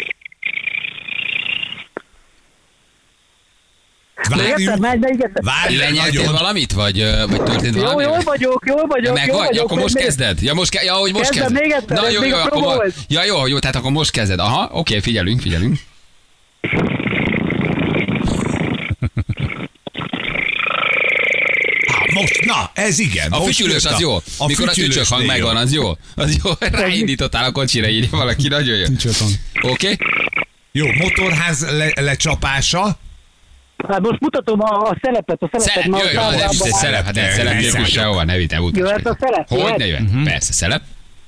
Speaker 7: Még egyszer,
Speaker 4: Várj,
Speaker 2: Lenyeltél
Speaker 4: nagyon.
Speaker 2: valamit, vagy történt valami?
Speaker 7: Jól vagyok.
Speaker 2: Megvagy, akkor most kezded? Ja, hogy most
Speaker 7: Kezdem
Speaker 2: kezded.
Speaker 7: még egyszer,
Speaker 2: Na
Speaker 7: ez
Speaker 2: jó,
Speaker 7: még
Speaker 2: jó,
Speaker 7: a
Speaker 2: akkor
Speaker 7: próba volt.
Speaker 2: jó, tehát akkor most kezded. Aha, oké, figyelünk.
Speaker 4: Most, na, ez igen.
Speaker 2: A
Speaker 4: most
Speaker 2: fütyülős
Speaker 4: jött
Speaker 2: az jó. Mikor a
Speaker 4: fütyülős
Speaker 2: tücsök hang
Speaker 4: négy
Speaker 2: megvan, az jó. Az jó. Ráindítottál a kocsira, írja valaki, nagyon jó. Oké?
Speaker 4: Jó, motorház lecsapása.
Speaker 7: Hát most mutatom a szelepet.
Speaker 2: Szelep,
Speaker 7: ma
Speaker 2: jöjjön,
Speaker 7: a
Speaker 2: ne
Speaker 7: táblában
Speaker 2: viccelj,
Speaker 7: van.
Speaker 2: szelep, hát egy szelep nélkül sehova, ne vitte utas.
Speaker 7: Jöhet a szelep?
Speaker 2: Hogy
Speaker 7: Jöhet?
Speaker 2: ne jöhet? Persze, szelep.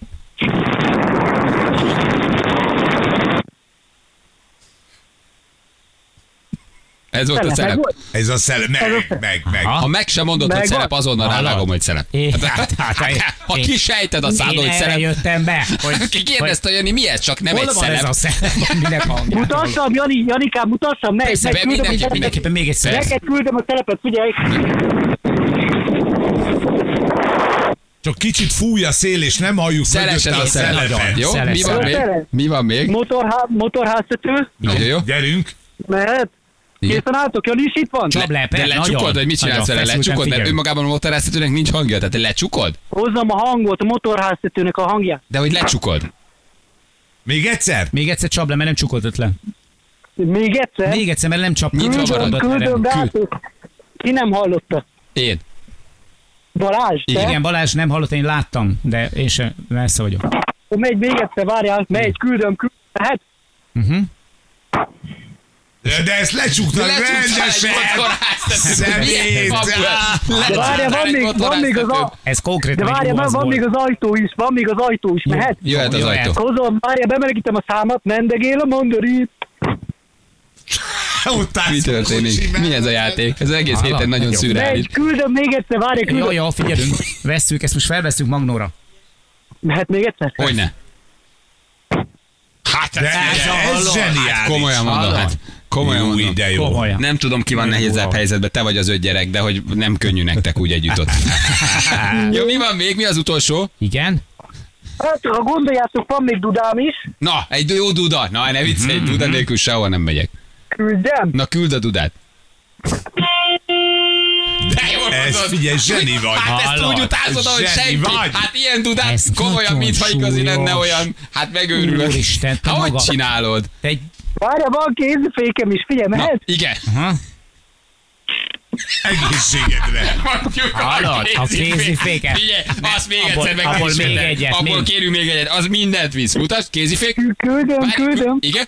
Speaker 2: Ez volt a
Speaker 7: Szelep, meg
Speaker 2: szelep.
Speaker 7: volt?
Speaker 4: Ez a szele, meg.
Speaker 2: Ha meg sem mondod, hogy
Speaker 7: Megvan.
Speaker 2: szelep, azonnal rávágom, hogy szelep. Ha kisejted a szádon, hogy szelep.
Speaker 3: jöttem be, hogy...
Speaker 2: Ki kérdezte, hogy Jani, mi ez? Csak nem
Speaker 3: Hol
Speaker 2: egy
Speaker 3: van ez
Speaker 2: szelep.
Speaker 3: a szelep? Minek hangját?
Speaker 7: Mutassam, Janikám, mutassam,
Speaker 3: Persze, mindenképpen még egy szelep.
Speaker 7: Neked küldöm a szelepet, figyelj!
Speaker 4: Csak kicsit fúj a szél, és nem halljuk
Speaker 2: Szeles
Speaker 4: mögötte
Speaker 2: ez a szelep.
Speaker 4: szelepet.
Speaker 2: Jó,
Speaker 3: Szeles,
Speaker 2: mi van még?
Speaker 7: szeles.
Speaker 2: Mi van még?
Speaker 7: Motorháztető,
Speaker 2: Nagyon jó.
Speaker 4: Gyerünk.
Speaker 7: mehet?
Speaker 2: Igen.
Speaker 7: Készen álltok, Jani is itt van?
Speaker 3: Csap le,
Speaker 2: De lecsukod, vagy mit csinálsz vele? Lecsukod, mert önmagában a motorháztetőnek nincs hangja, tehát lecsukod?
Speaker 7: Hozzam a hangot, a motorháztetőnek a hangját.
Speaker 2: De hogy lecsukod?
Speaker 4: Még egyszer?
Speaker 3: Még egyszer csap le, mert nem csukodott le.
Speaker 7: Még egyszer?
Speaker 3: Még egyszer, mert nem csap.
Speaker 2: Nyitva marad.
Speaker 7: Küldöm, de hát ki nem hallotta?
Speaker 2: Én.
Speaker 7: Balázs, te?
Speaker 3: Igen, Balázs nem hallott, én láttam, de én sem messze vagyok.
Speaker 7: Megy még egyszer, várjál, küldöm. Hát,
Speaker 4: De ezt lecsuktak rendesen. Szemét.
Speaker 7: várjál, van még az
Speaker 3: Ez konkrét
Speaker 7: de várjál, van még az ajtó is, mehet?
Speaker 2: Jöhet az
Speaker 3: Jó,
Speaker 2: ajtó.
Speaker 7: Hozom, várjál, bemelegítem a számat, mendegél a mandarin.
Speaker 2: Mi történik? Mi ez a játék? Ez egész héten nagyon szürreális.
Speaker 7: Küldöm még egyszer, várjál,
Speaker 3: Jó, figyelünk. Vesszük, ezt most felvesszük Magnóra.
Speaker 7: Mehet még egyszer?
Speaker 2: Hogyne? Hát
Speaker 4: De ez zseniális.
Speaker 2: komolyan mondom, hát komolyan
Speaker 4: Jó,
Speaker 2: mondom.
Speaker 4: de jó.
Speaker 3: Komolyan.
Speaker 2: Nem tudom, ki van nehézebb helyzetben, te vagy az 5 gyerek, de hogy nem könnyű nektek úgy együtt ott. Jó, mi van még? Mi az utolsó?
Speaker 3: Igen?
Speaker 7: Hát, ha gondoljátok, van még dudám is.
Speaker 2: Na, egy jó duda. Na, ne viccelj, egy duda nélkül sehova nem megyek.
Speaker 7: Küldjem.
Speaker 2: Na, küld a dudát. De jól
Speaker 4: Ez
Speaker 2: mondod.
Speaker 4: figyelj, zseni vagy.
Speaker 2: Hát ezt
Speaker 3: Hallod?
Speaker 2: úgy utázod, ahogy
Speaker 4: Zseni
Speaker 2: senki.
Speaker 4: vagy.
Speaker 2: Hát ilyen dudát
Speaker 3: Ez
Speaker 2: komolyan,
Speaker 3: nagyon
Speaker 2: mintha igazi
Speaker 3: súlyos.
Speaker 2: lenne olyan. Hát megőrülök.
Speaker 3: Úristen, te
Speaker 2: Hát hogy
Speaker 3: maga-
Speaker 2: csinálod?
Speaker 3: Te egy...
Speaker 7: Várjál, van kézifékem is, figyelj,
Speaker 2: Na,
Speaker 7: mehet?
Speaker 2: igen.
Speaker 4: Egészségedre.
Speaker 2: Mondjuk
Speaker 3: Hallod? A kéziféket.
Speaker 2: Figyelj, azt még
Speaker 3: Abból-
Speaker 2: egyszer meg
Speaker 3: abból
Speaker 2: is
Speaker 3: még
Speaker 2: vedd el.
Speaker 3: egyet,
Speaker 2: Abból
Speaker 3: még.
Speaker 2: kérünk még egyet. Az mindent visz. Mutasd, kézifék.
Speaker 7: Küldöm.
Speaker 2: Igen?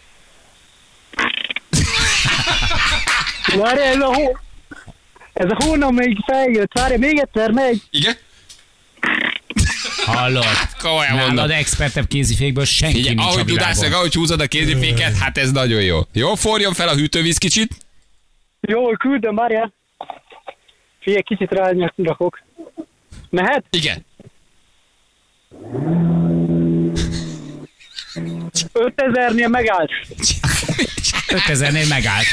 Speaker 7: Várjál, ez a hónap még feljött, várjál, még egyszer megy.
Speaker 2: Igen?
Speaker 3: Hallod?
Speaker 2: Komolyan mondom.
Speaker 3: Nálad expertebb kézifékből senki
Speaker 2: Figyelj,
Speaker 3: nincs a
Speaker 2: ahogy dudálsz,
Speaker 3: világon.
Speaker 2: ahogy húzod a kéziféket, hát ez nagyon jó. Jó, forjon fel a hűtővíz kicsit.
Speaker 7: Jó, küldöm, várjál. Figyelj, kicsit rányakok. Mehet?
Speaker 2: Igen.
Speaker 7: 5000-nél megállt.
Speaker 3: 5000-nél megállt.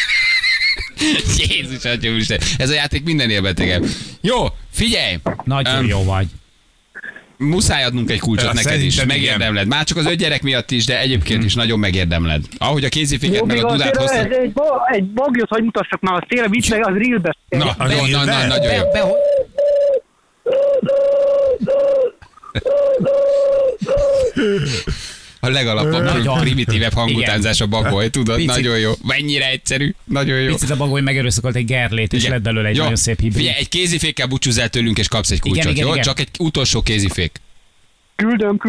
Speaker 2: Jézus, Atya Úristen. Ez a játék mindennél betegebb. Jó, figyelj.
Speaker 3: Nagyon jó vagy.
Speaker 2: Muszáj adnunk egy kulcsot
Speaker 4: Ja,
Speaker 2: neked is.
Speaker 4: szerintem
Speaker 2: Megérdemled. Már csak az 5 gyerek miatt is, de egyébként is nagyon megérdemled. Ahogy a kéziféket meg
Speaker 7: még
Speaker 2: a dudát hoztad.
Speaker 7: egy bagyot, hogy mutassak már a szélre, vitt meg az reelbe.
Speaker 2: Na, nagyon jó. A legalapabb,
Speaker 3: Nagyon.
Speaker 2: primitívebb hangutánzás a bagoly, tudod?
Speaker 3: Pici.
Speaker 2: Nagyon jó. Mennyire egyszerű. Nagyon jó.
Speaker 3: Picit a bagoly megerőszakolt egy gerlét, és
Speaker 2: Igen.
Speaker 3: lett belőle egy
Speaker 2: Jó.
Speaker 3: nagyon szép hibrid.
Speaker 2: Figyelj, egy kézifékkel búcsúzz el tőlünk, és kapsz egy kulcsot,
Speaker 3: Igen,
Speaker 2: jó?
Speaker 3: igen.
Speaker 2: Csak egy utolsó kézifék.
Speaker 7: Küldöm.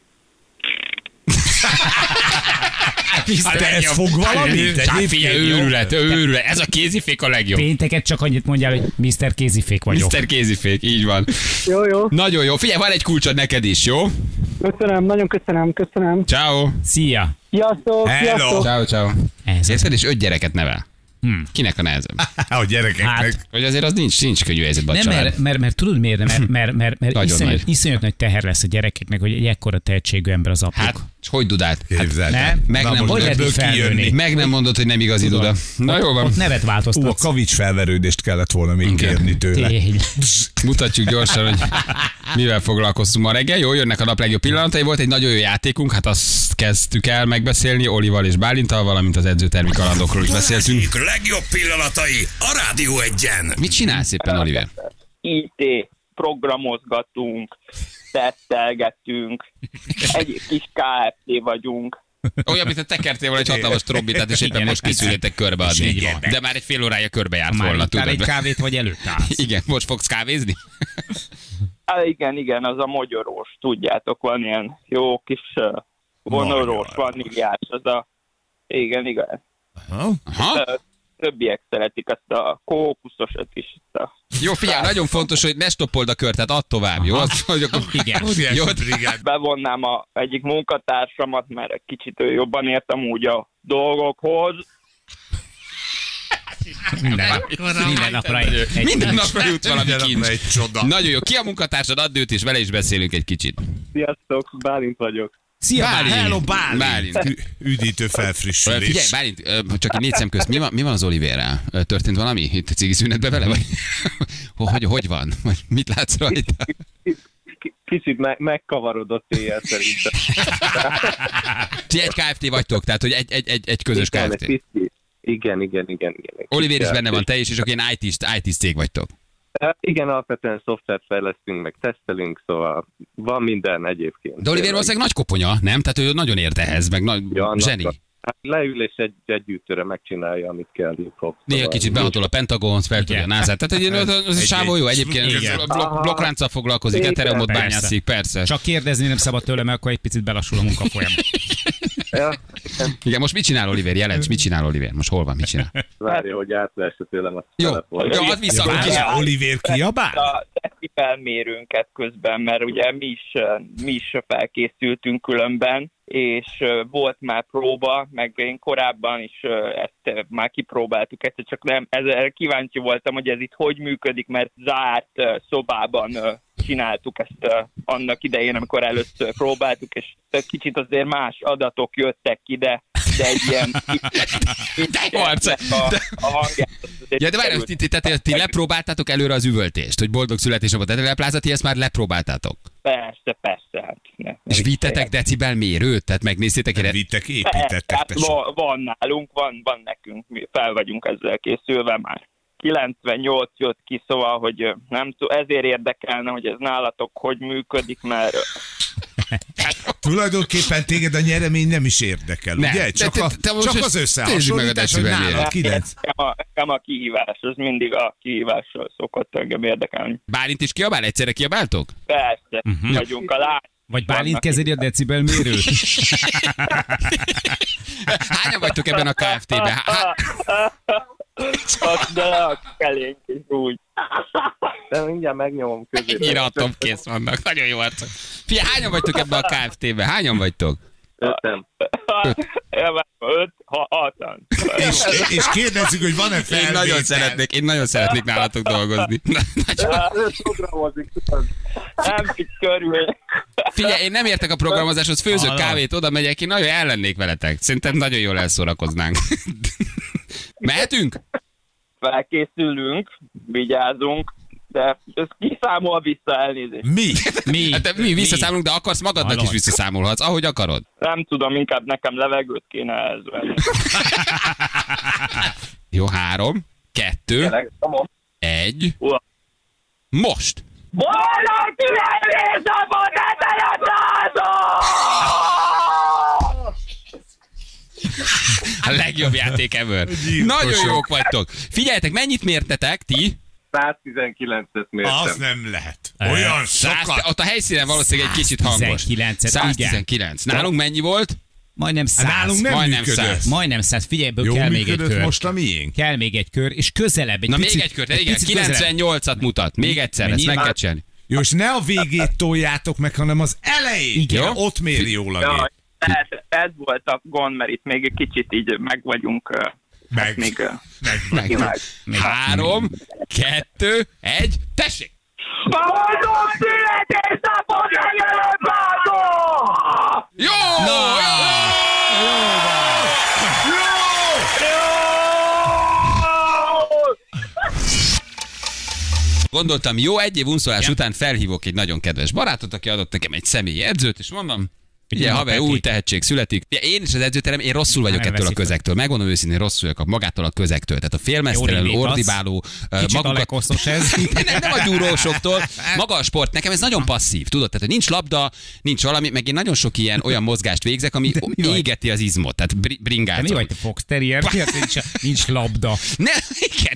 Speaker 4: Hát ez fog valamit?
Speaker 2: Hát figyelj, őrület. Ez a kézifék a legjobb.
Speaker 3: Pénteket csak annyit mondjál, hogy Mr. Kézifék vagyok.
Speaker 2: Mr. Kézifék, így van.
Speaker 7: Jó.
Speaker 2: Nagyon jó. Figyelj, van egy kulcsod neked is, jó?
Speaker 7: Köszönöm, nagyon köszönöm.
Speaker 2: Ciao.
Speaker 3: Szia!
Speaker 7: Sziasztok,
Speaker 4: Hello.
Speaker 7: sziasztok.
Speaker 2: Ciao.
Speaker 3: Ez az.
Speaker 2: Érted? És 5 gyereket nevel. Kinek a nehezebb?
Speaker 4: A gyerekeknek.
Speaker 3: Hát,
Speaker 2: Hogy azért az nincs könnyű helyzetben a
Speaker 3: nem,
Speaker 2: család.
Speaker 3: mert tudod miért? Mert
Speaker 2: Nagyon
Speaker 3: iszonyat nagy teher lesz a gyerekeknek, hogy egy ekkora tehetségű ember az apjuk.
Speaker 2: Hát, és hogy dudált?
Speaker 4: Képzeld el.
Speaker 3: nem?
Speaker 2: Meg
Speaker 4: Na
Speaker 2: nem
Speaker 4: most
Speaker 2: mondod,
Speaker 4: ebből
Speaker 3: hogy felnőni.
Speaker 4: kijönni.
Speaker 2: Meg nem mondod, hogy nem igazi duda. Na jó van.
Speaker 3: Ott nevet
Speaker 4: A
Speaker 3: változtatsz.
Speaker 4: kavics felverődést kellett volna még kérni tőle.
Speaker 3: Tényleg.
Speaker 2: Mutatjuk gyorsan, hogy mivel foglalkoztunk ma reggel. Jó, jönnek a nap legjobb pillanatai. Volt egy nagyon jó játékunk, hát azt kezdtük el megbeszélni Olival és Bálintal, valamint az edzőtermi kalandokról is beszéltünk.
Speaker 1: Balázsék legjobb pillanatai a Rádió 1-en.
Speaker 2: Mit csinálsz éppen, Oliver?
Speaker 8: IT, programozgatunk, tesztelgetünk, egy kis KFT vagyunk.
Speaker 2: Olyan, mint a tekertél volna egy hatalmas trombitát, és éppen most készültétek körbeadni.
Speaker 3: Igen.
Speaker 2: De már egy fél órája körbe járt
Speaker 3: Már
Speaker 2: volna,
Speaker 3: ittál egy
Speaker 2: tudod.
Speaker 3: kávét vagy előtt állsz.
Speaker 2: Igen, most fogsz kávézni?
Speaker 8: Igen, az a mogyorós, tudjátok, van ilyen jó kis vonalós, vaníliás, az a... Igen.
Speaker 2: Aha.
Speaker 8: Többiek szeretik ezt a kókuszosat is.
Speaker 2: Jó, figyelj, nagyon fontos, hogy ne stoppold a kört, tehát add tovább, jó? Hogy akkor...
Speaker 3: Igen.
Speaker 2: Jó,
Speaker 8: Bevonnám egyik munkatársamat, mert egy kicsit ő jobban értem úgy a dolgokhoz.
Speaker 3: Minden napra egy
Speaker 2: Minden napra jut valami
Speaker 4: Minden napra
Speaker 2: kincs.
Speaker 4: egy csoda.
Speaker 2: Nagyon jó. Ki a munkatársad? Add őt, és vele is beszélünk egy kicsit.
Speaker 8: Sziasztok, Bálint vagyok.
Speaker 3: Szia,
Speaker 4: Hello, Bálint.
Speaker 2: Bálint.
Speaker 4: Üdítő felfrissülés.
Speaker 2: Figyelj, Bálint, csak így négy szem közt, mi van az Oliverrel? Történt valami? Itt a cigi szünetben vele? Vagy hogy van? Vagy mit látsz rajta?
Speaker 8: Kicsit megkavarodott éjjel szerintem.
Speaker 2: Ti egy KFT vagytok, tehát hogy egy közös KFT.
Speaker 8: Igen.
Speaker 2: Oliver is benne van, te is, és akkor ilyen IT cég vagytok.
Speaker 8: Igen, alapvetően szoftvert fejlesztünk, meg tesztelünk, szóval van minden egyébként.
Speaker 2: De Oliver valószínűleg nagy koponya, nem? Tehát ő nagyon ért ehhez, meg nagy zseni.
Speaker 8: Hát leül és egy gyűjtőre megcsinálja, amit kell.
Speaker 2: Néha kicsit behatol a Pentagont, fel tudja a NASA-t. Tehát az a sávó jó, egyébként
Speaker 3: Igen.
Speaker 2: blokklánccal foglalkozik, ethereumot
Speaker 3: Persze.
Speaker 2: bányászik, persze.
Speaker 3: Csak kérdezni nem szabad tőle, mert akkor egy picit belassul a munkafolyam.
Speaker 8: Ja,
Speaker 2: Igen, most mit csinál Oliver? Jelents, mit csinál Oliver? Most hol van, mit csinál?
Speaker 8: várja, hogy átvesse tőlem a
Speaker 2: Jó,
Speaker 8: telefon.
Speaker 2: jó, add vissza a kicsit.
Speaker 4: Oliver kiabál?
Speaker 8: A decibelmérőnket közben, mert ugye mi is felkészültünk különben, és volt már próba, meg én korábban is ezt már kipróbáltuk egyszer, csak nem, ezzel kíváncsi voltam, hogy ez itt hogy működik, mert zárt szobában csináltuk ezt annak idején, amikor először próbáltuk, és kicsit azért más adatok jöttek ki, de egy ilyen...
Speaker 2: De jó arca!
Speaker 8: A hangját...
Speaker 2: Ja, de várj, ti lepróbáltátok előre az üvöltést, hogy boldog születésnapot. Tehát Leplázat, ti ezt már lepróbáltátok.
Speaker 8: Persze, hát.
Speaker 2: És vittetek decibel mérőt? Tehát megnéztétek
Speaker 4: Nem
Speaker 2: erre?
Speaker 4: vittek, építettek.
Speaker 8: Hát
Speaker 4: tesó.
Speaker 8: van nálunk, van nekünk, mi fel vagyunk ezzel készülve már. 98 jött ki, szóval, hogy nem tudom, ezért érdekelne, hogy ez nálatok hogy működik, mert...
Speaker 4: Tulajdonképpen téged a nyeremény nem is érdekel,
Speaker 2: Nem.
Speaker 4: ugye? Csak
Speaker 2: most
Speaker 4: az
Speaker 2: nézzük
Speaker 4: összehasonlítás, hogy
Speaker 2: meg a
Speaker 4: nálad
Speaker 2: decibelmérőt.
Speaker 4: 9.
Speaker 8: Nekem a kihívás, az mindig a kihívással szokott engem érdekelni.
Speaker 2: Bálint is kiabál? Egyszerre kiabáltok?
Speaker 8: Persze, vagyunk a lány.
Speaker 3: Vagy Bálint kezeli a decibelmérőt?
Speaker 2: Hányan vagytok ebben a KFT-ben?
Speaker 8: De kelénk is úgy. De mindjárt megnyomom közé.
Speaker 2: Ennyire atomkész vannak. Nagyon jó arcok. Figyelj, hányan vagytok ebben a KFT-ben? Hányan vagytok?
Speaker 8: 5-en. 5-6-an.
Speaker 4: És kérdezzük, hogy van-e felvétel?
Speaker 2: Én nagyon szeretnék nálatok dolgozni.
Speaker 8: Programozik, tudod. Nem fit körül.
Speaker 2: Figyelj, én nem értek a programozáshoz, főzök kávét, oda megyek, én nagyon ellennék veletek. Szerintem nagyon jól elszórakoznánk. Mehetünk?
Speaker 8: Felkészülünk, vigyázunk, de ez kiszámol vissza, elnézést.
Speaker 4: Mi?
Speaker 2: Hát mi visszaszámolunk, de akarsz magadnak
Speaker 3: Hallod.
Speaker 2: is visszaszámolhatsz, ahogy akarod.
Speaker 8: Nem tudom, inkább nekem levegőt kéne elzvenni.
Speaker 2: Jó, 3, 2, 1, most!
Speaker 8: Boldog születésnapot,
Speaker 2: A legjobb játék ever. Nagyon jók vagytok. Figyeljetek, mennyit mértetek ti?
Speaker 8: 119-et mértem.
Speaker 4: Az nem lehet. Olyan sokat.
Speaker 2: Ott a helyszínen valószínűleg egy kicsit hangos. 119. Nálunk mennyi volt?
Speaker 3: Majdnem 100.
Speaker 4: Nálunk nem
Speaker 2: Majdnem
Speaker 4: működött.
Speaker 2: 100.
Speaker 3: Majdnem 100. Figyelj, ebből
Speaker 4: Jó
Speaker 3: kell még egy
Speaker 4: működött
Speaker 3: kör.
Speaker 4: most a miénk?
Speaker 3: Kell még egy kör, és közelebb.
Speaker 2: Na
Speaker 3: picit,
Speaker 2: még egy kört, igen,
Speaker 3: picit közelebb.
Speaker 2: 98-at mutat. Még egyszer, ezt meg kell csinálni.
Speaker 4: Jó, és ne a végét toljátok meg, hanem az elején.
Speaker 3: Igen.
Speaker 4: Jó? Ott méri jól a
Speaker 8: Ja,
Speaker 4: gép.
Speaker 8: ez volt a gond, mert itt még egy kicsit így meg vagyunk
Speaker 4: Meg.
Speaker 8: Meg.
Speaker 2: 3, 2, 1, tessék!
Speaker 8: Boldog születésnapot, Egerő Bátor!
Speaker 2: Jó! Gondoltam, jó, egy év unszolás után felhívok egy nagyon kedves barátot, aki adott nekem egy személyi edzőt, és mondom, ugye, haver, új tehetség születik. Ja, én is az edzőterem, én rosszul vagyok ettől a közektől. Megmondom őszintén, rosszul vagyok magától a közektől. Tehát a félmeztelenül, ordibáló,
Speaker 3: magukat... ez.
Speaker 2: nem a gyúrósoktól. Maga a sport, nekem ez nagyon passzív, tudod? Tehát, hogy nincs labda, nincs valami, meg én nagyon sok ilyen olyan mozgást végzek, ami égeti az izmot, tehát bringázom.
Speaker 3: Mi vagy te Fox Terrier? Nincs labda.
Speaker 2: Nem, igen.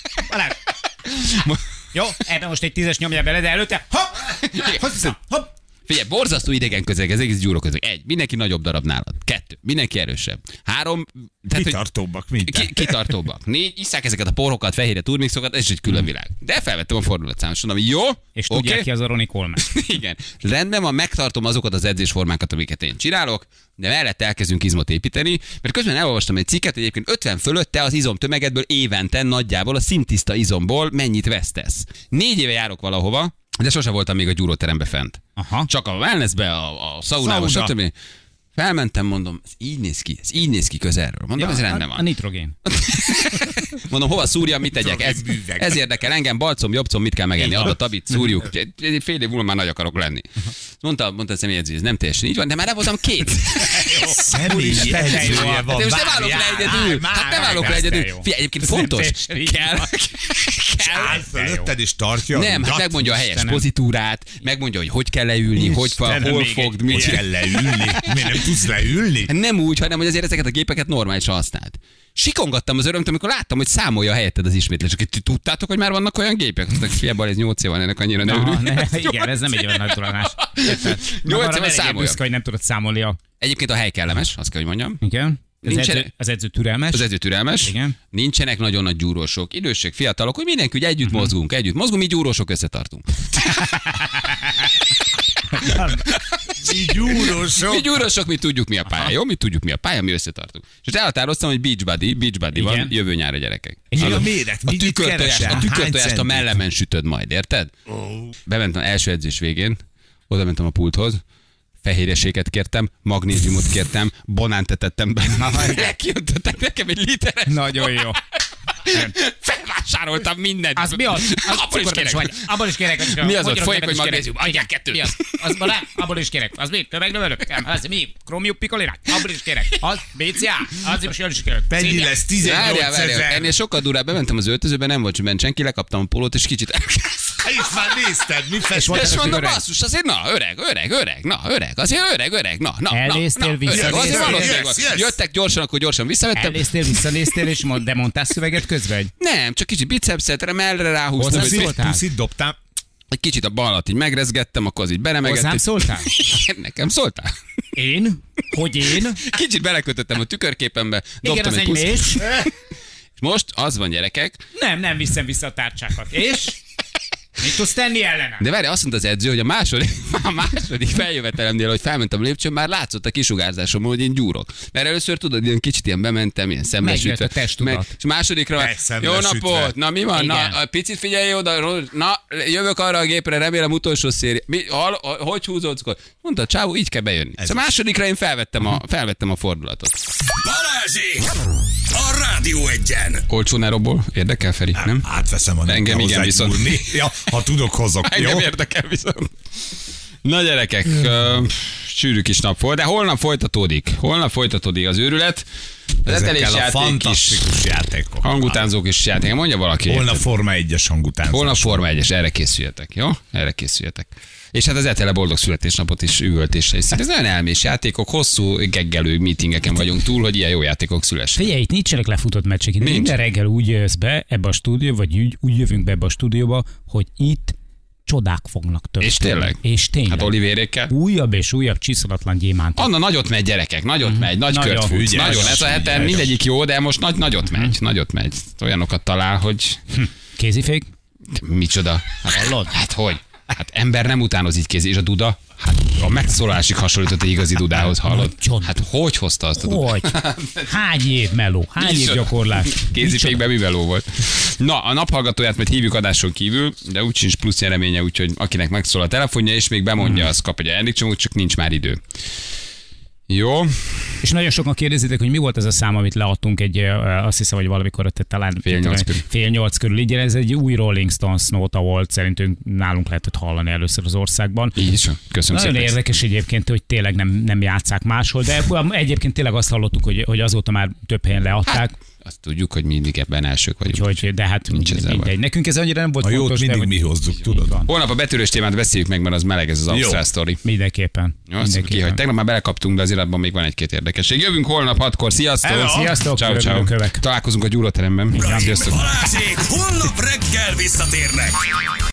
Speaker 3: Jó, ebben most egy 10-es nyomja bele, de előtte hopp.
Speaker 2: Figyelj, borzasztó idegen közeg, ez egész gyúró közeg. 1. Mindenki nagyobb darab nálad. 2. Mindenki erősebb. 3.
Speaker 4: Kitartóbbak minden.
Speaker 2: Kitartóbbak. 4. Isszák ezeket a porokat, fehérre, turmixokat, ez is egy külön világ. De felvettem a fordulatszámot, mondom, jó?
Speaker 3: És tudják ki az a Ronnie Coleman.
Speaker 2: Igen. Rendben van, megtartom azokat az edzésformákat, amiket én csinálok, de mellett elkezdünk izmot építeni, mert közben elolvastam egy cikket, hogy egyébként 50 fölötte az izomtömegedből évente nagyjából a szintiszta izomból mennyit vesztesz. 4 éve járok valahova, de sose voltam még a gyúróterembe fent.
Speaker 3: Aha.
Speaker 2: Csak a wellnessbe, a szaunába, stb. Felmentem, mondom, ez így néz ki közelről. Mondom, ez rendben van.
Speaker 3: A nitrogén.
Speaker 2: Mondom, hova szúrjam, mit tegyek? Ez érdekel engem, balcom, jobbcom, mit kell megenni? Adott abit, szúrjuk. Fél év múlva már nagy akarok lenni. Mondta a személyedző, ez nem teljesen így van, de már voltam 2.
Speaker 4: Személyedzője van.
Speaker 2: De most nem állok le egyedül. Hát nem állok le egyedül. Figyelj, egyébként fontos. Kell.
Speaker 4: Áll fölötted és tartja.
Speaker 2: Nem, hát megmondja a helyes pozitúrát, megmondja, hogy kell leülni, hol fogd, mit
Speaker 4: kell leülni. Miért nem tudsz leülni?
Speaker 2: Nem úgy, hanem hogy azért ezeket a gépeket normálisan használt. Sikongattam az örömtől, amikor láttam, hogy számolja helyetted az ismétléseket. Tudtátok, hogy már vannak olyan gépek? Fiatal, ez 8 év van, ennek annyira ne örülj.
Speaker 3: Igen, ez nem egy olyan nagy tudomás.
Speaker 2: 8 év számolja.
Speaker 3: Hogy nem tudod számolni a...
Speaker 2: Egyébként a hely kellemes, azt kell, hogy mondjam.
Speaker 3: Igen. Az edző türelmes.
Speaker 2: Az edző türelmes. Igen. Nincsenek nagyon nagy gyúrósok. Idősek, fiatalok, hogy mindenki, hogy együtt mozgunk, mi gyúrósok összetartunk. Mi gyúrósok, mi tudjuk mi a pálya, jó? Mi tudjuk mi a pálya, mi összetartunk. És elhatároztam, hogy beach buddy van jövő nyára, gyerekek.
Speaker 4: És a méret,
Speaker 2: a tükörtojást a mellemen sütöd majd, érted? Bementem első edzés végén, oda mentem a pulthoz, fehérjeséket kértem, magnéziumot kértem, banánt etettem be. Kiöntöttek nekem egy literes.
Speaker 3: Nagyon jó.
Speaker 2: Felvásároltam mindent.
Speaker 3: Az mi az? Abból is kérek.
Speaker 2: Mi az ott? Folyékony magnézium. Adják 2.
Speaker 3: Mi az? Abból is kérek. Az mi? Tömegnövelő? Az mi? Krómium pikolinát? Abból is kérek. Az? BCA? Az is kérek.
Speaker 4: Mennyi lesz? 18 000.
Speaker 2: Ennél sokkal durább. Bementem az öltözőbe, nem volt bent senki, lekaptam a pólót, és kicsit
Speaker 4: és már nézted, mi fest?
Speaker 2: És mondom, basszus, azért öreg, azért öreg,
Speaker 3: Elnéztél,
Speaker 2: visszanéztél. Jöttek gyorsan, akkor gyorsan visszavettem.
Speaker 3: Elnéztél, visszanéztél, és de mondtál szöveget közben?
Speaker 2: Nem, csak kicsit bicepszetre, mellre ráhúztam.
Speaker 4: Puszit dobtál?
Speaker 2: Egy kicsit a ballat így megrezgettem, akkor az így beremegettem.
Speaker 3: Hozzám szóltál?
Speaker 2: Nekem szóltál?
Speaker 3: Én? Hogy én?
Speaker 2: Kicsit belekötöttem a tükörképembe.
Speaker 3: Igen, az egy més.
Speaker 2: És most az van, gyerekek.
Speaker 3: Nem viszem vissza a tárcsákat. És? Mit tudsz tenni ellene?
Speaker 2: De várj, azt mondta az edző, hogy a második feljövetelemnél, hogy felmentem a lépcsőn, már látszott a kisugárzásom, hogy én gyúrok. Mert először tudod, ilyen kicsit ilyen bementem, ilyen szembesütve.
Speaker 3: A testtudat.
Speaker 2: És másodikra, jó napot, na mi van? Igen. Na, picit figyelj oda, na, jövök arra a gépre, remélem utolsó széri. Hogy húzódsz? Mondta, csávó, így kell bejönni. Szóval másodikra én felvettem a fordulatot.
Speaker 1: Balázsék! A Rádió Egyen!
Speaker 2: Olcsó nerobból? Érdekel, Feri? Nem?
Speaker 4: Átveszem, hanem
Speaker 2: engem igen, viszont.
Speaker 4: Ja, ha tudok, hozok.
Speaker 2: Engem érdekel viszont. Na gyerekek, sűrű kis nap volt, de holnap folytatódik az őrület.
Speaker 4: Ezekkel a fantasztikus játékok.
Speaker 2: Hangutánzók is játékok. Mondja valaki.
Speaker 4: Holnap Forma 1-es hangutánzás.
Speaker 2: Holnap Forma 1-es, erre készüljetek, jó? Erre készüljetek. És hát az RTL boldog születésnapot is üvöltésre is. Ez nagyon elmés játékok, hosszú geggelő meetingeken vagyunk túl, hogy ilyen jó játékok szülessenek.
Speaker 3: Figyelj, itt nincsenek lefutott meccsek. Itt minden reggel úgy jössz be ebbe a stúdióba, vagy úgy jövünk be ebbe a stúdióba, hogy itt csodák fognak történni. És tényleg.
Speaker 2: Hát Olivérékkel.
Speaker 3: Újabb és újabb csiszolatlan gyémánt.
Speaker 2: Anna nagyot megy, gyerekek, nagyot megy, nagy kört futsz. Nagyon, ez a heten mindegyik jó, de most nagyot megy. Olyanokat talál, hogy...
Speaker 3: Kézifék?
Speaker 2: Micsoda? Hát hogy? Hát ember nem utánoz így kézi, és a Duda? Hát A megszólásig hasonlított egy igazi Dudához, hallod?
Speaker 3: Nagyon.
Speaker 2: Hát hogy hozta azt a Dudát?
Speaker 3: Hogy? Hány év meló? Hány év gyakorlás?
Speaker 2: Kézifékben mi meló volt? Na, a naphallgatóját majd hívjuk adáson kívül, de úgy sincs plusz nyereménye, úgyhogy akinek megszól a telefonja, és még bemondja, az kap egy ajándékcsomót, csak nincs már idő. Jó.
Speaker 3: És nagyon sokan kérdezitek, hogy mi volt ez a szám, amit leadtunk azt hiszem, hogy valamikor ott talán fél nyolc körül. Igen, ez egy új Rolling Stones nóta volt, szerintünk nálunk lehetett hallani először az országban.
Speaker 2: Így is, köszönöm
Speaker 3: nagyon
Speaker 2: szépen.
Speaker 3: Érdekes egyébként, hogy tényleg nem játsszák máshol, de egyébként tényleg azt hallottuk, hogy azóta már több helyen leadták.
Speaker 2: Hát, azt tudjuk, hogy mindig ebben elsők vagyunk.
Speaker 3: Úgyhogy, de hát mindegy. Nekünk ez annyira nem volt
Speaker 4: a
Speaker 3: fontos.
Speaker 4: jót mindig mi hozzuk, tudod.
Speaker 2: Holnap a betörős témát beszéljük meg, mert az meleg, ez az Ausztrál sztori.
Speaker 3: Mindenképpen.
Speaker 2: Jó, azt ki, hogy tegnap már belekaptunk, de azért abban még van egy-két érdekesség. Jövünk holnap 6-kor. Sziasztok!
Speaker 3: Sziasztok!
Speaker 2: Ciao. Találkozunk a gyúróteremben. Sziasztok!
Speaker 1: Balázsék holnap reggel visszatérnek.